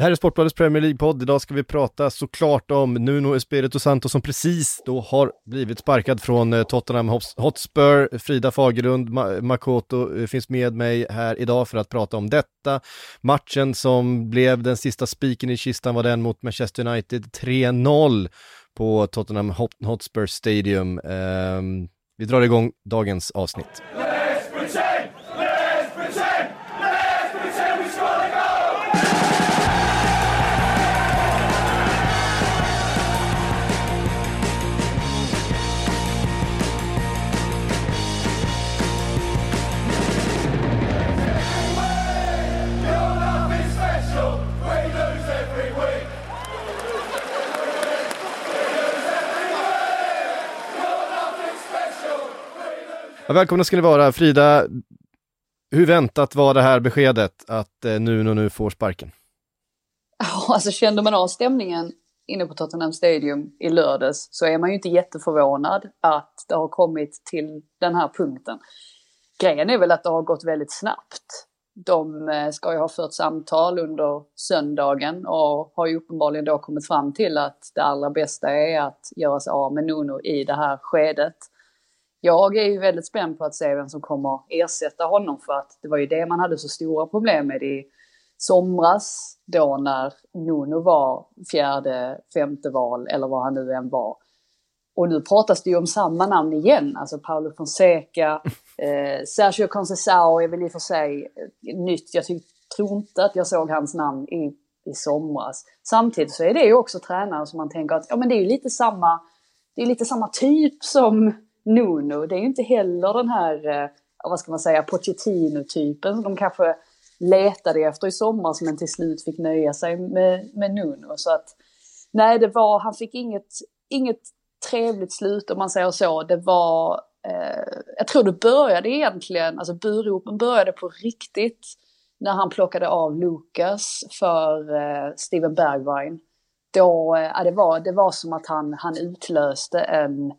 Det här är Sportbladets Premier League-podd. Idag ska vi prata såklart om Nuno Espirito Santo som precis då har blivit sparkad från Tottenham Hotspur. Frida Fagerlund, Makoto finns med mig här idag för att prata om detta. Matchen som blev den sista spiken i kistan var den mot Manchester United 3-0 på Tottenham Hotspur Stadium. Vi drar igång dagens avsnitt. Ja, välkomna ska ni vara. Frida, hur väntat var det här beskedet att Nuno nu får sparken? Ja, alltså kände man av stämningen inne på Tottenham Stadium i lördags så är man ju inte jätteförvånad att det har kommit till den här punkten. Grejen är väl att det har gått väldigt snabbt. De ska ju ha fört samtal under söndagen och har ju uppenbarligen då kommit fram till att det allra bästa är att göra sig av med Nuno i det här skedet. Jag är ju väldigt spänd på att se vem som kommer ersätta honom, för att det var ju det man hade så stora problem med i somras då när Nuno var 4:e, 5:e val eller vad han nu än var. Och nu pratas det ju om samma namn igen, alltså Paulo Fonseca, Sergio Conceição är väl i och för sig nytt. Jag tror inte att jag såg hans namn i somras. Samtidigt så är det ju också tränare som man tänker att ja, men det är ju lite samma typ som Nuno. Det är ju inte heller den här, vad ska man säga, Pochettino-typen som de kanske letade efter i sommar men till slut fick nöja sig med Nuno. Så att, nej, han fick inget trevligt slut om man säger så. Det var, jag tror det började egentligen, alltså buropen började på riktigt när han plockade av Lucas för Steven Bergwijn. Då, det var som att han utlöste en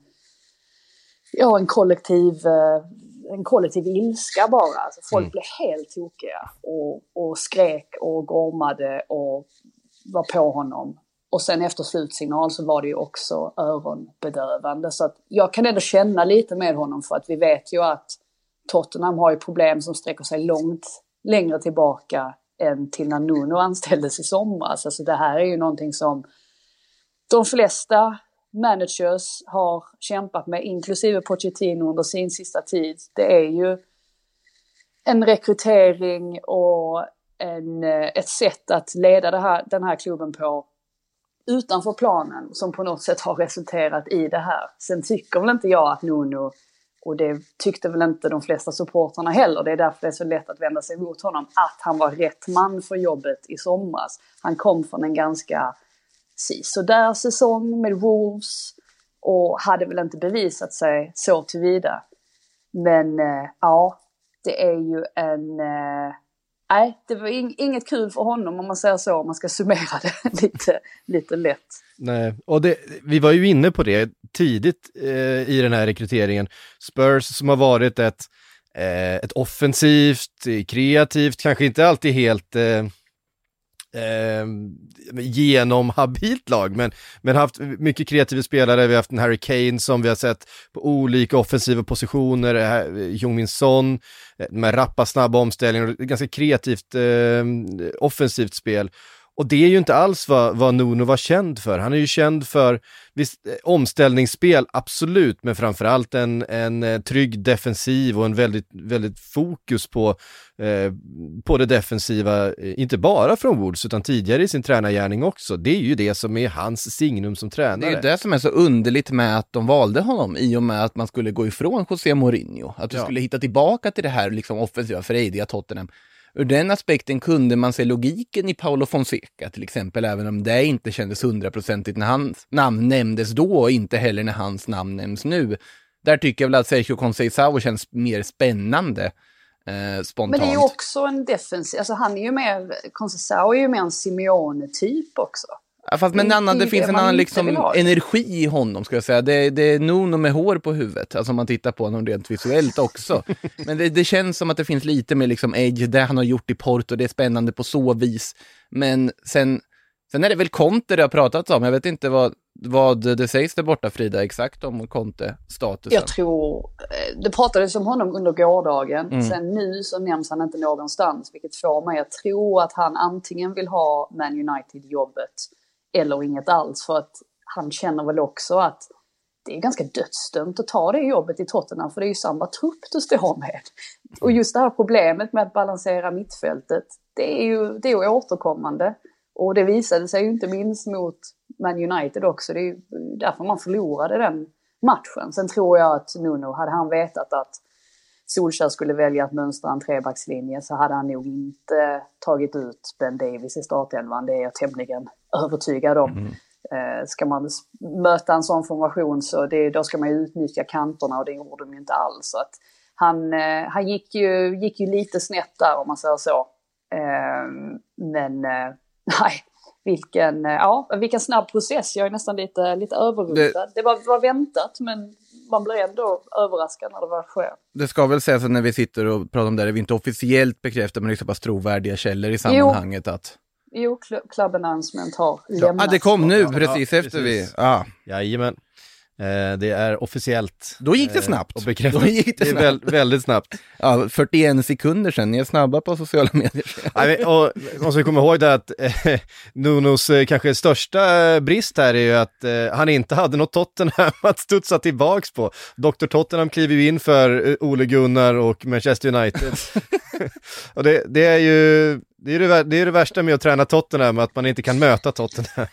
kollektiv ilska bara. Alltså folk blev helt tokiga och skrek och gormade och var på honom. Och sen efter slutsignal så var det ju också öronbedövande. Så att jag kan ändå känna lite med honom, för att vi vet ju att Tottenham har ju problem som sträcker sig långt längre tillbaka än till när Nuno anställdes i somras. Alltså det här är ju någonting som de flesta managers har kämpat med, inklusive Pochettino under sin sista tid. Det är ju en rekrytering och ett sätt att leda den här klubben på utanför planen som på något sätt har resulterat i det här. Sen tycker väl inte jag att Nuno, och det tyckte väl inte de flesta supporterna heller, det är därför det är så lätt att vända sig mot honom, att han var rätt man för jobbet i somras. Han kom från en ganska så där säsong med Wolves och hade väl inte bevisat sig så tillvida. Men ja, det är ju det var inget kul för honom, om man säger så, om man ska summera det lite lätt. Nej, och vi var ju inne på det tidigt i den här rekryteringen. Spurs som har varit ett offensivt, kreativt, kanske inte alltid helt genomhabilt lag, men haft mycket kreativa spelare. Vi har haft en Harry Kane som vi har sett på olika offensiva positioner, Heung-min Son med rappa snabba omställningar och ganska kreativt offensivt spel. Och det är ju inte alls vad Nuno var känd för. Han är ju känd för omställningsspel, absolut, men framförallt en trygg defensiv och en väldigt, väldigt fokus på det defensiva, inte bara från Woods utan tidigare i sin tränargärning också. Det är ju det som är hans signum som tränare. Det är ju det som är så underligt med att de valde honom, i och med att man skulle gå ifrån José Mourinho. Att du skulle hitta tillbaka till det här liksom offensiva, frejdiga Tottenham. Ur den aspekten kunde man se logiken i Paulo Fonseca till exempel, även om det inte kändes 100% när hans namn nämndes då och inte heller när hans namn nämns nu. Där tycker jag väl att Sergio Conceição känns mer spännande spontant. Men det är ju också en defensiv, alltså han är ju mer, Conceição är ju mer en Simeone-typ också. Ja, fast men det finns en annan liksom energi i honom, ska jag säga. Det är Nuno med hår på huvudet, alltså om man tittar på honom rent visuellt också. Men det känns som att det finns lite mer liksom edge, det han har gjort i Porto, det är spännande på så vis. Men sen är det väl Conte det har pratats om. Jag vet inte vad det sägs där borta, Frida, exakt om Conte-statusen. Jag tror, det pratades om honom under gårdagen. Sen nu så nämns han inte någonstans, vilket får mig att tro att han antingen vill ha Man United-jobbet eller inget alls, för att han känner väl också att det är ganska dödsdömt att ta det jobbet i Tottenham, för det är ju samma trupp du står med. Och just det här problemet med att balansera mittfältet, det är ju återkommande. Och det visade sig ju inte minst mot Man United också. Det är ju därför man förlorade den matchen. Sen tror jag att Nuno, hade han vetat att Solskjaer skulle välja att mönstra en trebackslinje, så hade han nog inte tagit ut Ben Davies i startelvan. Det är jag tämligen övertygad om. Ska man möta en sån formation, så då ska man ju utnyttja kanterna, och det gjorde de ju inte alls. Så att han gick ju lite snett där, om man säger så. Nej, vilken snabb process. Jag är nästan lite överrumplad. Det var väntat, men man blir ändå överraskad när det var sker. Det ska väl sägas att när vi sitter och pratar om det, är vi inte officiellt bekräftat, men det är så pass trovärdiga källor i sammanhanget att... Jo, Club Announcement har lämnat. Det kom nu precis efter precis. Jajamän. Det är officiellt. Då gick det snabbt. Och bekräftat. Det är väldigt snabbt. 41 sekunder sedan. Ni är snabba på sociala medier. Och så kommer ihåg det att Nunos kanske största brist här är ju att han inte hade något Tottenham att studsa tillbaks på. Dr. Tottenham kliver ju in för Ole Gunnar och Manchester United. Och det är ju... Det är det värsta med att träna Tottenham, att man inte kan möta Tottenham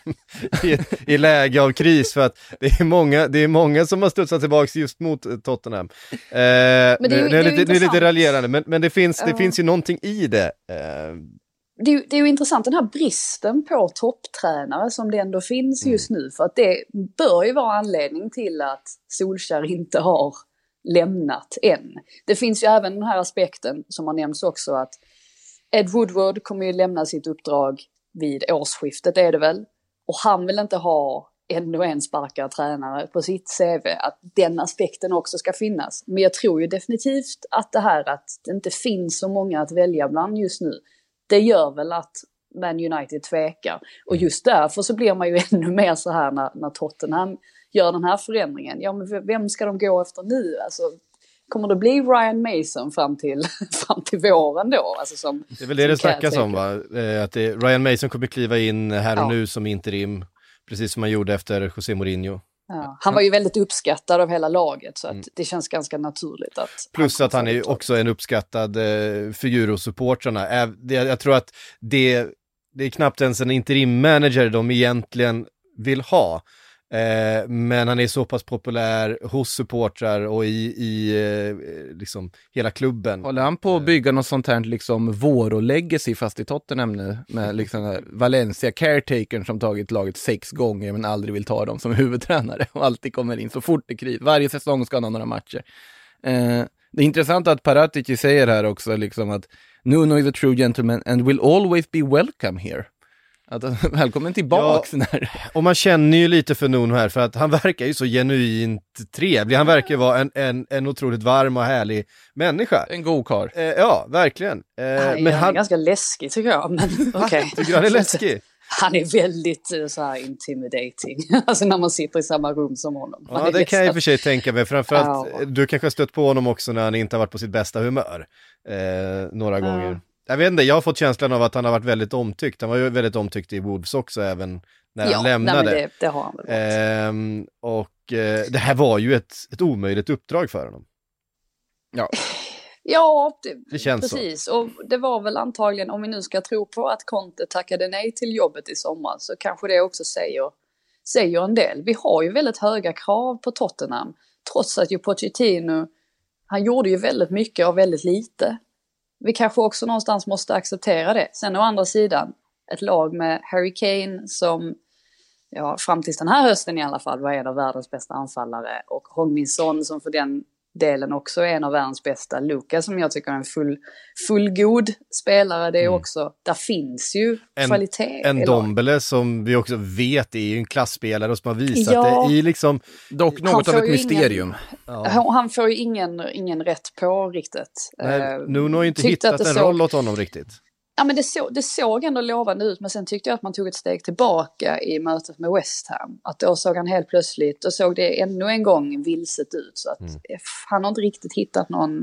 i läge av kris, för att det är många som har studsat tillbaka just mot Tottenham. Men det är lite raljerande, men det finns ju någonting i det. Det är ju intressant, den här bristen på topptränare som det ändå finns just nu, för att det bör ju vara anledning till att Solskjaer inte har lämnat än. Det finns ju även den här aspekten som har nämnts också, att Ed Woodward kommer ju lämna sitt uppdrag vid årsskiftet, är det väl. Och han vill inte ha ännu en sparkad tränare på sitt CV, att den aspekten också ska finnas. Men jag tror ju definitivt att det här att det inte finns så många att välja bland just nu, det gör väl att Man United tvekar. Och just därför så blir man ju ännu mer så här när Tottenham gör den här förändringen. Ja, men vem ska de gå efter nu? Alltså, kommer det bli Ryan Mason fram till våren då? Alltså det är väl det snackas om, va? Att Ryan Mason kommer kliva in här och nu som interim, precis som man gjorde efter José Mourinho. Ja, han var ju väldigt uppskattad av hela laget, så att det känns ganska naturligt att... Plus att han är ju också en uppskattad figur hos supportrarna. Jag tror att det är knappt ens en interim-manager de egentligen vill ha. Men han är så pass populär hos supportrar och i liksom hela klubben. Håller han på att bygga något sånt här liksom vår och legacy fast i Tottenham nu, med liksom Valencia caretakern som tagit laget 6 gånger men aldrig vill ta dem som huvudtränare och alltid kommer in så fort det kris. Varje säsong ska han ha några matcher. Det är intressant att Paratici säger här också liksom att Nuno is a true gentleman and will always be welcome here. Välkommen tillbaks. Och man känner ju lite för Nuno här, för att han verkar ju så genuint trevlig. Han verkar ju vara en otroligt varm och härlig människa. En god karl. Ja, verkligen. Men han är ganska läskig tycker jag. Men okay. Tycker han är läskig? Han är väldigt så här intimidating. Alltså när man sitter i samma rum som honom. Ja, det kan jag i och för sig tänka mig. Framförallt, du kanske har stött på honom också när han inte har varit på sitt bästa humör. Några gånger. Jag vet inte, jag har fått känslan av att han har varit väldigt omtyckt. Han var ju väldigt omtyckt i Wolves också, även när han lämnade. Nej, det har han väl varit. Det här var ju ett omöjligt uppdrag för honom. Ja, det känns precis. Så. Och det var väl antagligen, om vi nu ska tro på att Conte tackade nej till jobbet i sommar, så kanske det också säger en del. Vi har ju väldigt höga krav på Tottenham, trots att ju Pochettino, han gjorde ju väldigt mycket och väldigt lite. Vi kanske också någonstans måste acceptera det. Sen å andra sidan, ett lag med Harry Kane som fram tills den här hösten i alla fall var en av världens bästa anfallare, och Heung-min Son som för den delen också är en av världens bästa. Lucas som jag tycker är en fullgod spelare, det är också, där finns ju kvalitet. En Dombele som vi också vet är ju en klassspelare och som har visat det i liksom... Dock något av ett mysterium. Han får ju ingen rätt på riktigt. Nuno har ju inte hittat en roll åt honom riktigt. Ja, men det såg ändå lovande ut, men sen tyckte jag att man tog ett steg tillbaka i mötet med West Ham. Att då såg han helt plötsligt, och såg det ännu en gång vilset ut. Så att han har inte riktigt hittat någon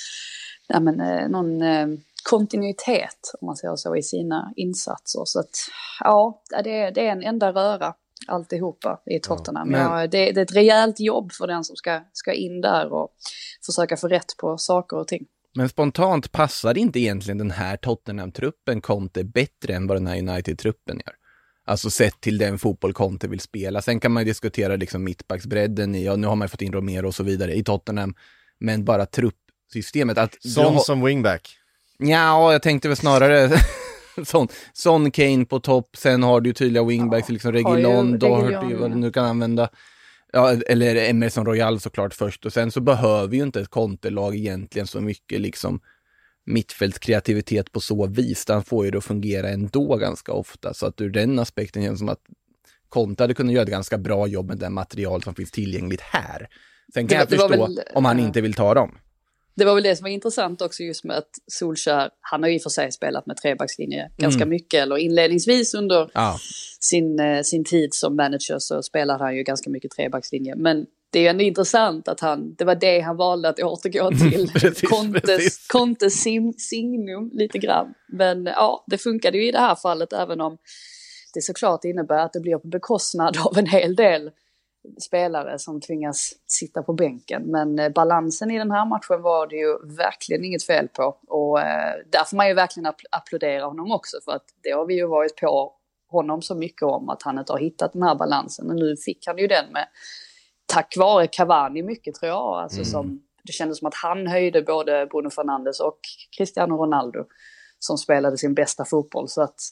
kontinuitet, om man säger så, i sina insatser. Så att det är en enda röra alltihopa i Tottenham. Det är ett rejält jobb för den som ska in där och försöka få rätt på saker och ting. Men spontant passar inte egentligen den här Tottenham-truppen Conte bättre än vad den här United-truppen gör? Alltså sett till den fotboll Conte vill spela. Sen kan man ju diskutera liksom mittbacksbredden nu har man ju fått in Romero och så vidare i Tottenham. Men bara truppsystemet. Som wingback. Ja, jag tänkte väl snarare Son Kane på topp. Sen har du ju tydliga wingbacks, liksom Reguilon, Doherty, vad du nu kan använda. Ja, eller Emerson Royal såklart först. Och sen så behöver ju inte ett Conte-lag egentligen så mycket liksom mittfältskreativitet på så vis. Den får ju då fungera ändå ganska ofta. Så att ur den aspekten känns som att Conte hade kunnat göra ett ganska bra jobb med det material som finns tillgängligt här. Sen kan jag förstå om han inte vill ta dem. Det var väl det som var intressant också just med att Solskjaer, han har ju för sig spelat med trebackslinje ganska mycket, eller inledningsvis under sin tid som manager så spelade han ju ganska mycket trebackslinje, men det är ju ändå intressant att det var det han valde att återgå till. Contes signum lite grann. Men det funkade ju i det här fallet, även om det såklart innebär att det blir på bekostnad av en hel del spelare som tvingas sitta på bänken. Men balansen i den här matchen var det ju verkligen inget fel på. Och där får man ju verkligen applådera honom också, för att det har vi ju varit på honom så mycket om, att han inte har hittat den här balansen. Och nu fick han ju den med, tack vare Cavani mycket, tror jag. Alltså det kändes som att han höjde både Bruno Fernandes och Cristiano Ronaldo som spelade sin bästa fotboll. Så att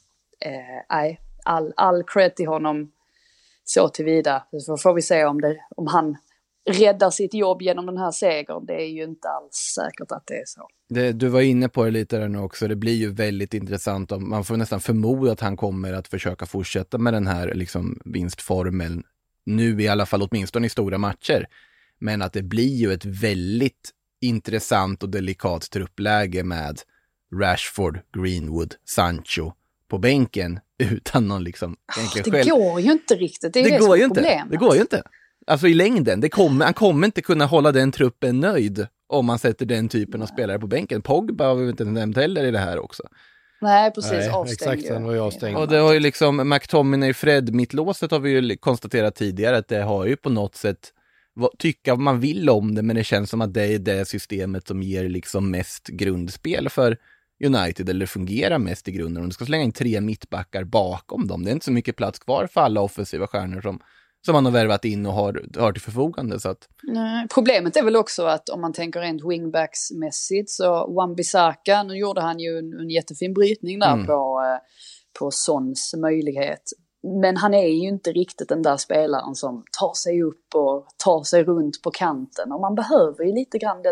all cred till honom så tillvida. Så får vi se om han räddar sitt jobb genom den här segern. Det är ju inte alls säkert att det är så. Du var inne på det lite där nu också. Det blir ju väldigt intressant. Man får nästan förmoda att han kommer att försöka fortsätta med den här liksom vinstformeln. Nu i alla fall åtminstone i stora matcher. Men att det blir ju ett väldigt intressant och delikat truppläge med Rashford, Greenwood, Sancho på bänken utan någon liksom det går ju inte riktigt. Det går ju inte. Det går ju inte. Alltså i längden, han kommer inte kunna hålla den truppen nöjd om man sätter den typen av spelare på bänken. Pogba har vi inte nämnt heller i det här också. Nej, precis. Exakt, han var ju avstängd. Och det har ju liksom McTominay, Fred, mittlåset har vi ju konstaterat tidigare att det har ju på något sätt tycka vad man vill om det, men det känns som att det är det systemet som ger liksom mest grundspel för United, eller fungerar mest i grunden. Om du ska slänga in 3 mittbackar bakom dem, det är inte så mycket plats kvar för alla offensiva stjärnor som man har värvat in och har till förfogande. Så att... Nej, problemet är väl också att om man tänker rent wingbacks-mässigt, så Wan-Bissaka, nu gjorde han ju en jättefin brytning där på Sons möjlighet. Men han är ju inte riktigt den där spelaren som tar sig upp och tar sig runt på kanten. Och man behöver ju lite grann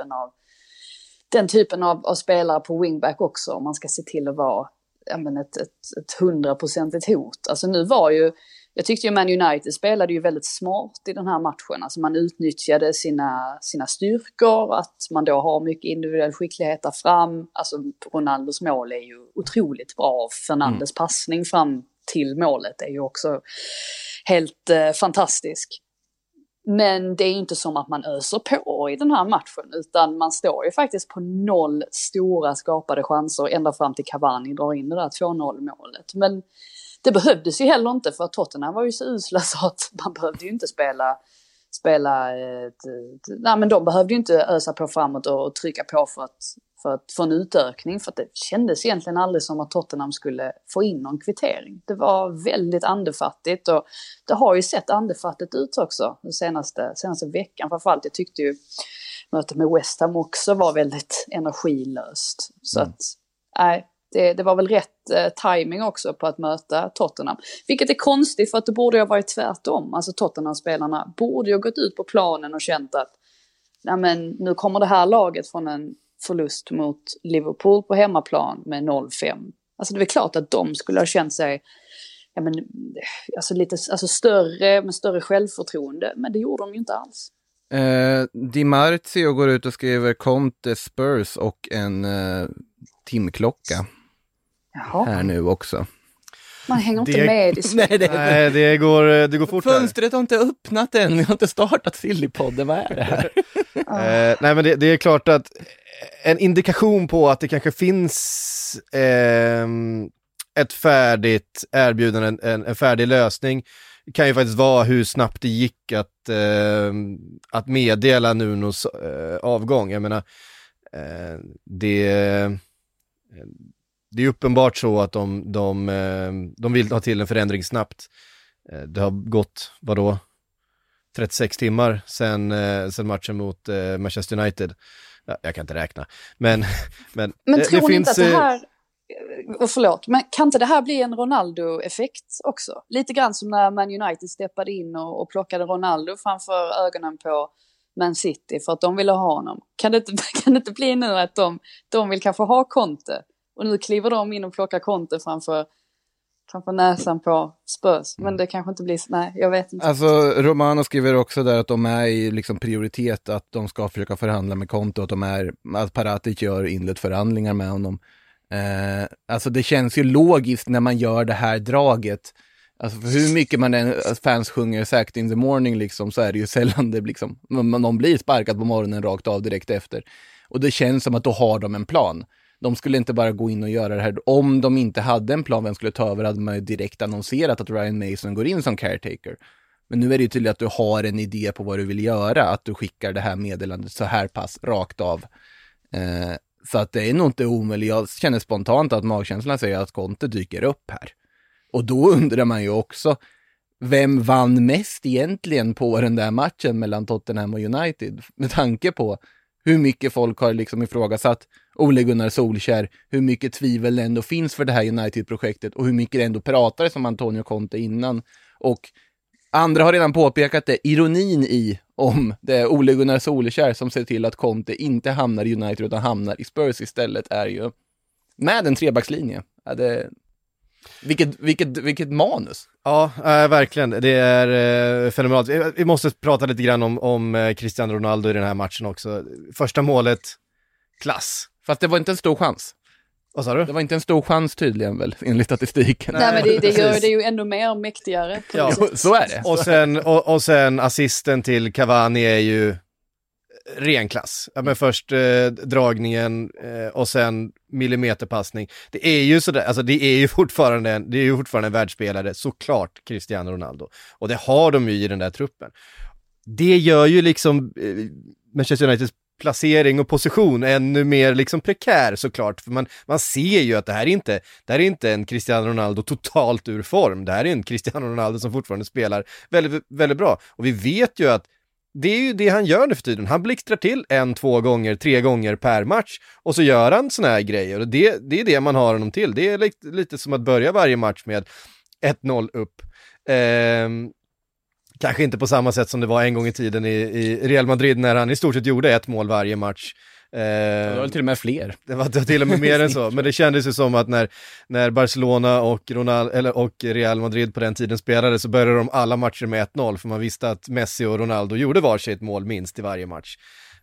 den typen av spelare på wingback också, om man ska se till att vara ett 100% hot. Alltså nu var ju, jag tyckte ju Man United spelade ju väldigt smart i den här matchen. Alltså man utnyttjade sina styrkor, att man då har mycket individuell skicklighet där fram. Alltså Ronaldos mål är ju otroligt bra. Fernandes passning fram till målet är ju också helt fantastisk. Men det är inte som att man öser på i den här matchen, utan man står ju faktiskt på 0 stora skapade chanser ända fram till Cavani drar in det där 2-0 målet. Men det behövdes ju heller inte, för att Tottenham var ju så usla så att man behövde ju inte men de behövde ju inte ösa på framåt och trycka på för att få en utökning, för att det kändes egentligen aldrig som att Tottenham skulle få in någon kvittering. Det var väldigt andefattigt, och det har ju sett andefattigt ut också den senaste veckan. Framförallt jag tyckte ju mötet med West Ham också var väldigt energilöst. Så att det var väl rätt timing också på att möta Tottenham. Vilket är konstigt, för att det borde ju ha varit tvärtom. Alltså Tottenham-spelarna borde ju ha gått ut på planen och känt att ja, men nu kommer det här laget från en förlust mot Liverpool på hemmaplan med 0-5. Alltså det är väl klart att de skulle ha känt sig alltså större, med större självförtroende, men det gjorde de ju inte alls. Di Marzio går ut och skriver Conte, Spurs och en timklocka. Jaha. Här nu också. Man hänger inte med i Nej, det går fort. Fönstret har inte öppnat än, vi har inte startat Sillypodden, vad är det här? Nej, men det är klart att en indikation på att det kanske finns ett färdigt erbjudande, en färdig lösning kan ju faktiskt vara hur snabbt det gick att meddela Nunos avgång. Jag menar, det är uppenbart så att de vill ha till en förändring snabbt. Det har gått, 36 timmar sen matchen mot Manchester United. Ja, jag kan inte räkna. Men tror ni finns, inte att det här... Förlåt, men kan inte det här bli en Ronaldo-effekt också? Lite grann som när Man United steppade in och plockade Ronaldo framför ögonen på Man City för att de ville ha honom. Kan det inte bli nu att de vill kanske ha Conte? Och nu kliver de in och plockar Conte framför näsan på Spurs. Men det kanske inte blir... Nej, jag vet inte. Alltså, Romano skriver också där att de är i liksom prioritet, att de ska försöka förhandla med Conte och att Paratić gör inlett förhandlingar med honom. Alltså det känns ju logiskt när man gör det här draget. Alltså för hur mycket fans sjunger Sacked in the morning liksom, så är det ju sällan det liksom, någon blir sparkad på morgonen rakt av direkt efter. Och det känns som att då har de en plan. De skulle inte bara gå in och göra det här. Om de inte hade en plan vem skulle ta över, hade man ju direkt annonserat att Ryan Mason går in som caretaker. Men nu är det ju tydligt att du har en idé på vad du vill göra, att du skickar det här meddelandet så här pass rakt av. Så att det är nog inte omöjligt. Jag känner spontant att magkänslan säger att Conte dyker upp här. Och då undrar man ju också, vem vann mest egentligen på den där matchen mellan Tottenham och United? Med tanke på hur mycket folk har liksom ifrågasatt Ole Gunnar Solskjær, hur mycket tvivel ändå finns för det här United-projektet och hur mycket det ändå pratades om Antonio Conte innan. Och andra har redan påpekat det, ironin i om det är Ole Gunnar Solskjær som ser till att Conte inte hamnar i United utan hamnar i Spurs istället, är ju med en trebackslinje. Vilket manus. Ja, verkligen. Det är fenomenalt. Vi måste prata lite grann om Cristiano Ronaldo i den här matchen också. Första målet, klass. Fast det var inte en stor chans. Vad sa du? Det var inte en stor chans tydligen väl, enligt statistiken. Nej, men det gör det ju ännu mer mäktigare. Ja, så är det. Och sen assisten till Cavani är ju ren klass. Ja, men först dragningen och sen millimeterpassning. Det är ju sådär, alltså det är ju fortfarande en världsspelare, såklart, Cristiano Ronaldo. Och det har de ju i den där truppen. Det gör ju liksom Manchester Uniteds placering och position ännu mer liksom prekär, såklart, för man ser ju att det här är inte en Cristiano Ronaldo totalt ur form. Det här är en Cristiano Ronaldo som fortfarande spelar väldigt, väldigt bra. Och vi vet ju att det är ju det han gör nu för tiden. Han blixtrar till 1, 2 gånger, 3 gånger per match och så gör han såna här grejer. Och det är det man har honom till. Det är lite som att börja varje match med 1-0 upp. Kanske inte på samma sätt som det var en gång i tiden i Real Madrid när han i stort sett gjorde 1 mål varje match. Det var till och med fler. Det var till och med mer än så. Men det kändes ju som att när Barcelona och Real Madrid på den tiden spelade, så började de alla matcher med 1-0, för man visste att Messi och Ronaldo gjorde varsitt mål minst i varje match.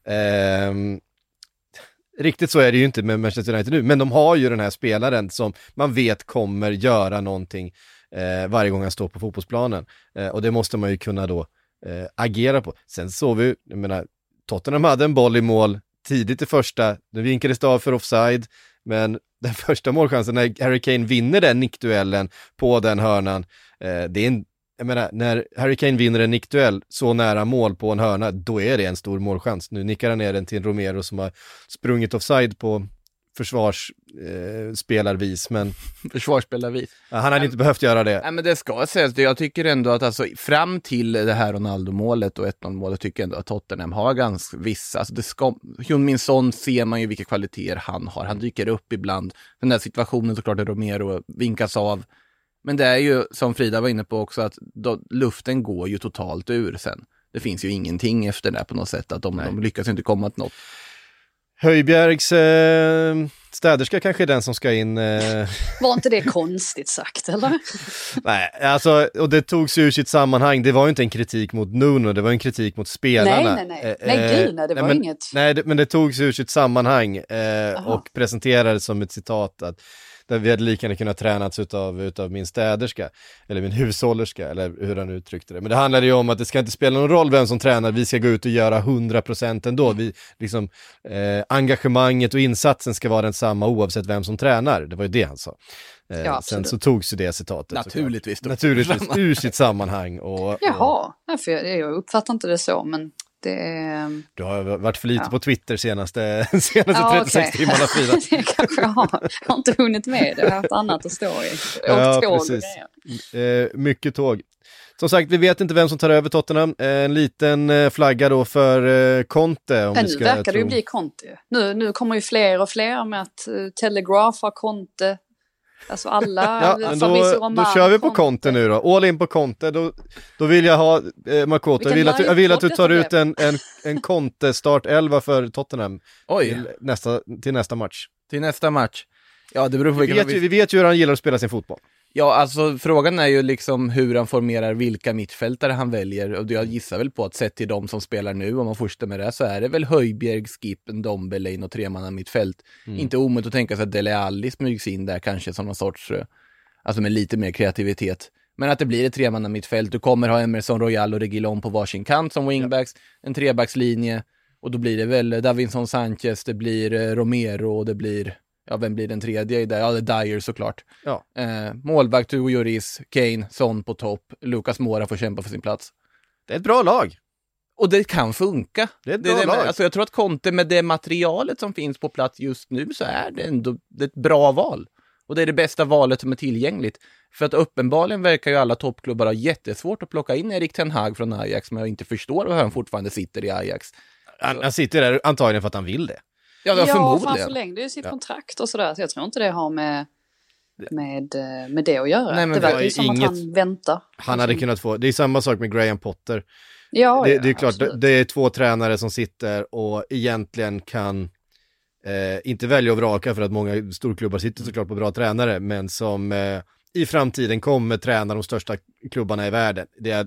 Riktigt så är det ju inte med Manchester United nu, men de har ju den här spelaren som man vet kommer göra någonting varje gång han står på fotbollsplanen. Och det måste man ju kunna då agera på. Sen såg vi, jag menar, Tottenham hade en boll i mål tidigt i första, nu vinkades det av för offside, men den första målchansen när Harry Kane vinner den nickduellen på den hörnan, jag menar, när Harry Kane vinner en nickduell så nära mål på en hörna, då är det en stor målchans. Nu nickar han ner den till Romero som har sprungit offside på försvarsspelarvis, men försvarsspelarvis. Ja, han hade inte behövt göra det. Nej, men det ska sägas, jag tycker ändå att alltså, fram till det här Ronaldo-målet och 1-0-målet tycker jag ändå att Tottenham har ganska vissa, alltså Heung-min Son ser man ju vilka kvaliteter han har. Han dyker upp ibland. Den där situationen såklart är Romero vinkas av. Men det är ju, som Frida var inne på också, att luften går ju totalt ur sen. det finns ju ingenting efter det på något sätt, att de lyckas inte komma till något. Höjbjergs städerska kanske är den som ska in. Var inte det konstigt sagt, eller? Nej, alltså, och det togs ur sitt sammanhang. Det var ju inte en kritik mot Nuno, det var en kritik mot spelarna. Nej, det var inget. Nej, men det togs ur sitt sammanhang och presenterades som ett citat att där vi hade lika gärna kunnat tränats utav min städerska, eller min hushållerska, eller hur han uttryckte det. Men det handlade ju om att det ska inte spela någon roll vem som tränar, vi ska gå ut och göra 100% ändå. Vi, liksom, engagemanget och insatsen ska vara densamma oavsett vem som tränar. Det var ju det han sa. Sen så togs ju det citatet. Naturligtvis ur sitt sammanhang. Och, jaha, jag uppfattar inte det så, men det är... Du har varit för lite på Twitter senaste 36 timmarna, Frida. Det kanske jag har inte hunnit med det. Jag har haft annat att stå i. Precis. Mycket tåg. Som sagt, vi vet inte vem som tar över Tottenham. En liten flagga då för Conte. Om men nu verkar det ju bli Conte. Nu kommer ju fler och fler med att telegrafa Conte. Alltså alla... men då kör vi på Conte nu då. All in på Conte. Då vill jag ha Makoto. Jag vill att du tar ut en Conte start 11 för Tottenham. Till nästa match. Till nästa match. Ja, det beror på vi vet ju hur han gillar att spela sin fotboll. Ja, alltså frågan är ju liksom hur han formerar vilka mittfältare han väljer, och jag gissar väl på att sett till de som spelar nu, om man fortsätter med det, så är det väl Højbjerg, Skip, Ndombele och tremanna mittfält. Inte omöjligt att tänka sig att Dele Alli smygs in där kanske som någon sorts, alltså med lite mer kreativitet. Men att det blir ett tremanna mittfält, du kommer ha Emerson Royal och Reguilon på varsin kant som wingbacks, en trebackslinje, och då blir det väl Davinson Sanchez, det blir Romero och det blir... Ja, vem blir den tredje? Det är Dyer såklart. Ja. Målvakt Hugo Lloris, Kane, Son på topp. Lucas Moura får kämpa för sin plats. Det är ett bra lag. Och det kan funka. Det är ett bra lag. Alltså jag tror att Conte med det materialet som finns på plats just nu, så är det ändå ett bra val. Och det är det bästa valet som är tillgängligt. För att uppenbarligen verkar ju alla toppklubbar ha jättesvårt att plocka in Erik Ten Hag från Ajax, men jag inte förstår hur han fortfarande sitter i Ajax. Han sitter där antagligen för att han vill det. Ja, för han förlängde ju sitt kontrakt och sådär, så jag tror inte det har med det att göra. Nej, det verkar ju som att han väntar. Han hade kunnat få, det är samma sak med Graham Potter. Ja, det är klart, det är två tränare som sitter och egentligen kan inte välja att vraka, för att många storklubbar sitter såklart på bra tränare, men som i framtiden kommer träna de största klubbarna i världen.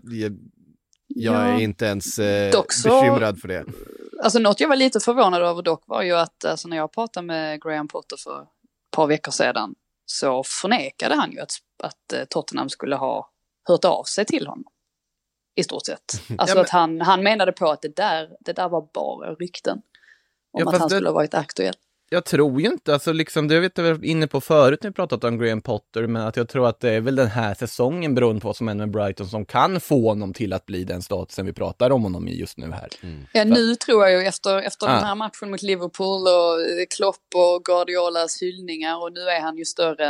Jag är inte ens bekymrad för det. Alltså något jag var lite förvånad över dock var ju att alltså, när jag pratade med Graham Potter för ett par veckor sedan, så förnekade han ju att Tottenham skulle ha hört av sig till honom. I stort sett. Alltså att han menade på att det där var bara rykten. Om att han skulle ha varit aktuell. Jag tror ju inte, alltså liksom, det vet jag var inne på förut när vi pratat om Graham Potter, men att jag tror att det är väl den här säsongen, beroende på vad som händer med Brighton, som kan få honom till att bli den statusen vi pratar om honom just nu här. Ja, nu tror jag ju efter den här matchen mot Liverpool och Klopp och Guardiolas hyllningar, och nu är han ju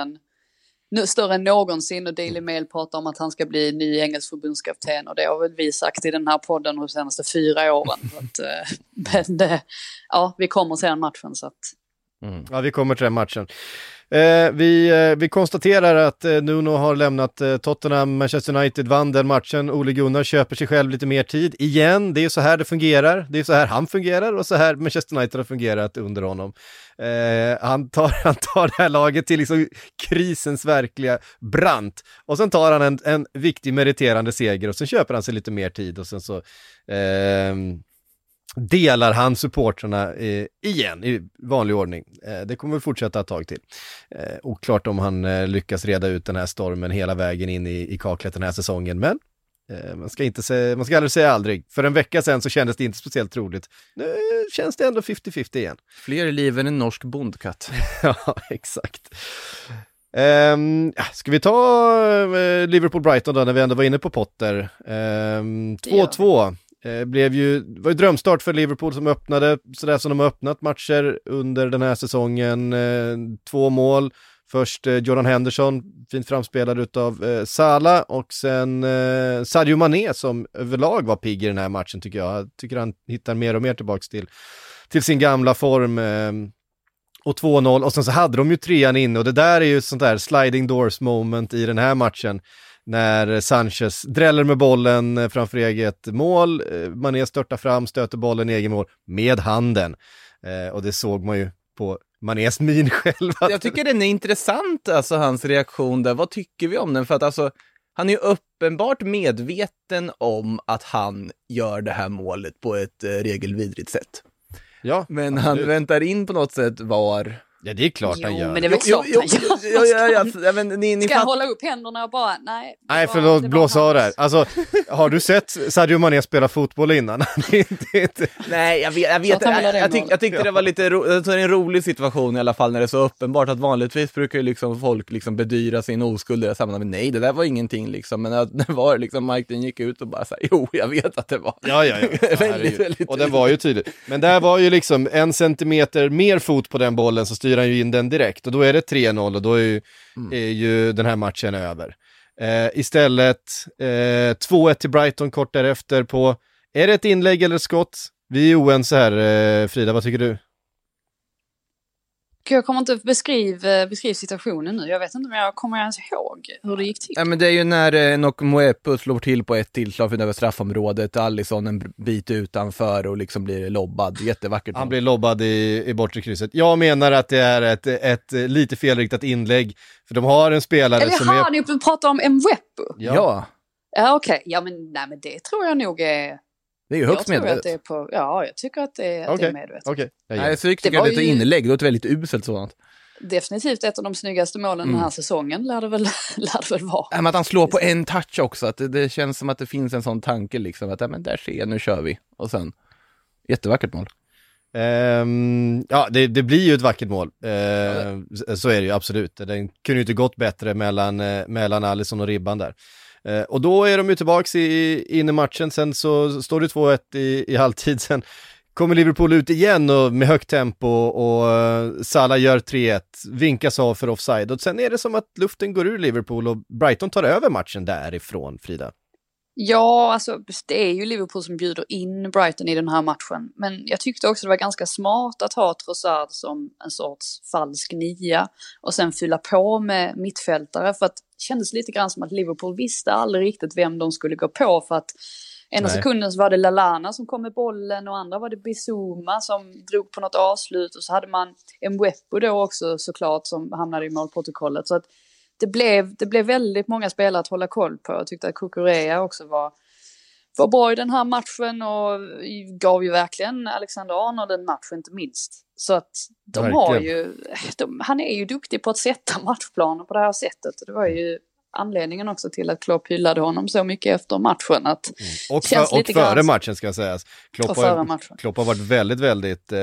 större än någonsin, och Daily Mail pratar om att han ska bli ny engelsk förbundskapten, och det har väl vi sagt i den här podden de senaste 4 åren. Men vi kommer sedan matchen, så att... Ja, vi kommer till den matchen. Vi konstaterar att Nuno har lämnat Tottenham. Manchester United vann den matchen. Ole Gunnar köper sig själv lite mer tid. Igen, det är så här det fungerar. Det är så här han fungerar, och så här Manchester United har fungerat under honom. Han tar det här laget till liksom krisens verkliga brant. Och sen tar han en viktig meriterande seger, och sen köper han sig lite mer tid, och sen så... delar han supporterna igen i vanlig ordning. Det kommer vi fortsätta ett tag till. Oklart om han lyckas reda ut den här stormen hela vägen in i kaklet den här säsongen, men man ska aldrig säga aldrig. För en vecka sedan så kändes det inte speciellt troligt. Nu känns det ändå 50-50 igen. Fler liv än en norsk bondkatt. Ja, exakt. Ska vi ta Liverpool-Brighton då, när vi ändå var inne på Potter? 2-2. Det var ju drömstart för Liverpool, som öppnade sådär som de har öppnat matcher under den här säsongen. 2 mål. Först Jordan Henderson, fint framspelad utav Salah, och sen Sadio Mané, som överlag var pigg i den här matchen, tycker jag. Jag tycker han hittar mer och mer tillbaks till sin gamla form. Och 2-0, och sen så hade de ju 3:an inne, och det där är ju ett sånt där sliding doors moment i den här matchen. när Sanchez dräller med bollen framför eget mål. Mané störtar fram, stöter bollen i egen mål med handen. Och det såg man ju på Manés min själv. Jag tycker den är intressant, alltså hans reaktion där. Vad tycker vi om den? För att alltså, han är ju uppenbart medveten om att han gör det här målet på ett regelvidrigt sätt. Ja, men absolut. Han väntar in på något sätt var... Ja, det är klart han gör. Men det är väl klart han gör. Men ni ska hålla upp händerna och bara, nej. Förlåt, blåsa av där. Alltså, har du sett Sadio Mané spela fotboll innan? Nej, jag vet. Jag tyckte det var lite en rolig situation i alla fall, när det är så uppenbart att vanligtvis brukar ju liksom folk liksom bedyra sin oskuld i det sammanhanget. Men nej, det där var ingenting liksom. Men att det var liksom, Mike den gick ut och bara så här, jo, jag vet att det var. Ja. väldigt. Och den var ju tydlig. Men där var ju liksom 1 centimeter mer fot på den bollen, så styr han ju in den direkt. Och då är det 3-0 och då är ju den här matchen över. Istället 2-1 till Brighton kort därefter på, är det ett inlägg eller skott? Vi är oense här, Frida, vad tycker du? Jag kommer inte beskriv situationen nu. Jag vet inte om jag kommer ens ihåg hur det gick till. Ja, men det är ju när Nokmuepu slår till på ett tillslag för över straffområdet. Alisson en bit utanför och liksom blir lobbad. Jättevackert. Han blir lobbad i bortre krysset. Jag menar att det är ett lite felriktat inlägg. För de har en spelare som är... Ni pratar om Mwepu? Ja. Ja, okej. Ja, men det tror jag nog är... Det är ju högst medvetet. Jag tycker att det är medvetet. Okej. Nej, så tycker jag det är ett inlägg. Det är ett väldigt uselt sådant. Definitivt ett av de snyggaste målen den här säsongen lär det väl vara. Men att han slår på en touch också. Att det känns som att det finns en sån tanke liksom. Att men där ser jag, nu kör vi. Och sen, jättevackert mål. Det blir ju ett vackert mål. Så är det ju absolut. Den kunde ju inte gått bättre mellan Alisson och Ribban där. Och då är de ju tillbaka in i matchen. Sen så står det 2-1 i halvtid. Sen kommer Liverpool ut igen och med högt tempo och Salah gör 3-1, vinkas av för offside. Och sen är det som att luften går ur Liverpool och Brighton tar över matchen därifrån, Frida. Ja, alltså det är ju Liverpool som bjuder in Brighton i den här matchen. Men jag tyckte också det var ganska smart att ha Trossard som en sorts falsk nia och sen fylla på med mittfältare, för att det kändes lite grann som att Liverpool visste aldrig riktigt vem de skulle gå på, för att ena sekunden så var det Lallana som kom med bollen och andra var det Bissouma som drog på något avslut, och så hade man Mwepu då också såklart som hamnade i målprotokollet. Så att det blev väldigt många spelare att hålla koll på. Jag tyckte att Kukurea också var bra i den här matchen och gav ju verkligen Alexander Arnold en match, inte minst. Så att han är ju duktig på att sätta matchplaner på det här sättet. Det var ju anledningen också till att Klopp hyllade honom så mycket efter matchen. Och före matchen ska jag säga. Klopp har varit väldigt, väldigt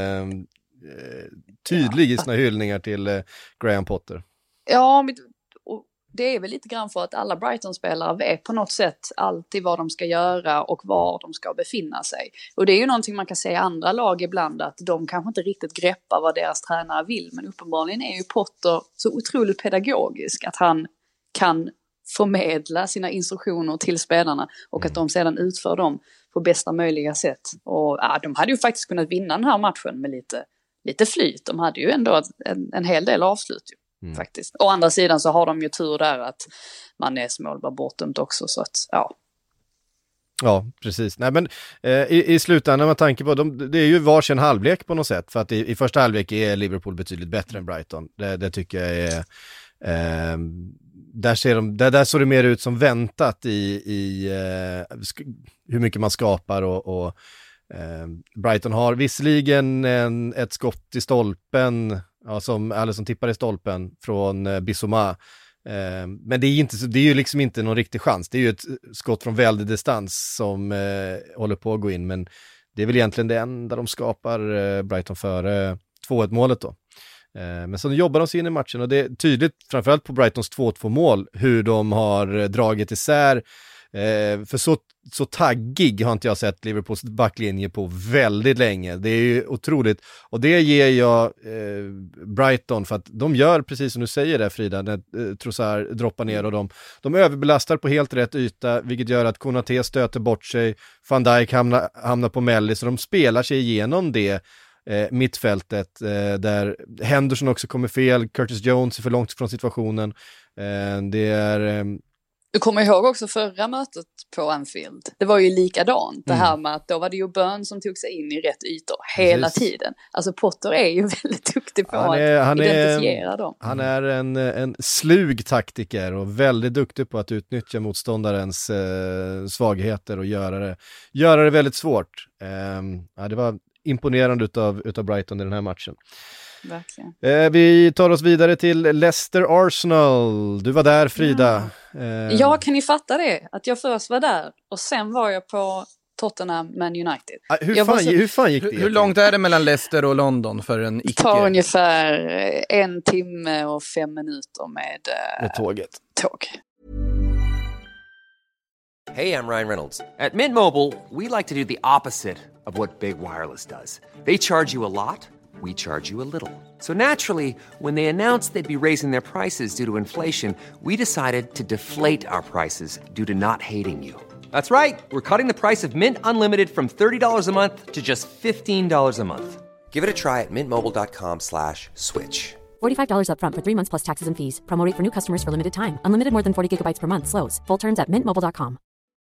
tydlig i sina hyllningar till Graham Potter. Ja, och det är väl lite grann för att alla Brighton-spelare vet på något sätt alltid vad de ska göra och var de ska befinna sig. Och det är ju någonting man kan säga i andra lag ibland, att de kanske inte riktigt greppar vad deras tränare vill. Men uppenbarligen är ju Potter så otroligt pedagogisk att han kan förmedla sina instruktioner till spelarna och att de sedan utför dem på bästa möjliga sätt. Och de hade ju faktiskt kunnat vinna den här matchen med lite flyt. De hade ju ändå en hel del avslut faktiskt. Å andra sidan så har de ju tur där att Manés mål var bortdömt också, så att Ja, precis. Nej, men i slutändan med tanke på det är ju varsin halvlek på något sätt, för att i första halvlek är Liverpool betydligt bättre än Brighton. Det tycker jag är där såg det mer ut som väntat i hur mycket man skapar och Brighton har visserligen ett skott i stolpen, som Alisson tippar i stolpen från Bissouma, men det är ju liksom inte någon riktig chans. Det är ju ett skott från väldig distans som håller på att gå in, men det är väl egentligen det enda de skapar Brighton före 2-1 målet då. Men så jobbar de sig in i matchen och det är tydligt framförallt på Brightons 2-2 mål hur de har dragit isär. För så taggig har inte jag sett Liverpools backlinje på väldigt länge. Det är ju otroligt. Och det ger jag Brighton, för att de gör precis som du säger där, Frida, när Trossard droppar ner och de överbelastar på helt rätt yta, vilket gör att Konaté stöter bort sig, Van Dijk hamnar på mellis, så de spelar sig igenom det mittfältet där Henderson också kommer fel, Curtis Jones är för långt från situationen. Det är Du kommer ihåg också förra mötet på Anfield. Det var ju likadant. Det här med att då var det ju Burn som tog sig in i rätt ytor hela tiden. Alltså Potter är ju väldigt duktig på att identifiera dem. Han är en slug taktiker och väldigt duktig på att utnyttja motståndarens svagheter och göra det väldigt svårt. Det var imponerande utav Brighton i den här matchen. Verkligen. Vi tar oss vidare till Leicester Arsenal. Du var där, Frida. Ja, kan ni fatta det? Att jag först var där och sen var jag på Tottenham Man United. Hur fan gick det? Hur långt är det mellan Leicester och London för en icke? Det tar ungefär 1 timme och 5 minuter med tåget. Tåg. Hey, I'm Ryan Reynolds. At Mint Mobile, we like to do the opposite of what Big Wireless does. They charge you a lot. We charge you a little. So naturally, when they announced they'd be raising their prices due to inflation, we decided to deflate our prices due to not hating you. That's right. We're cutting the price of Mint Unlimited from $30 a month to just $15 a month. Give it a try at mintmobile.com/switch. $45 up front for 3 months plus taxes and fees. Promo rate for new customers for limited time. Unlimited more than 40 gigabytes per month slows. Full terms at mintmobile.com.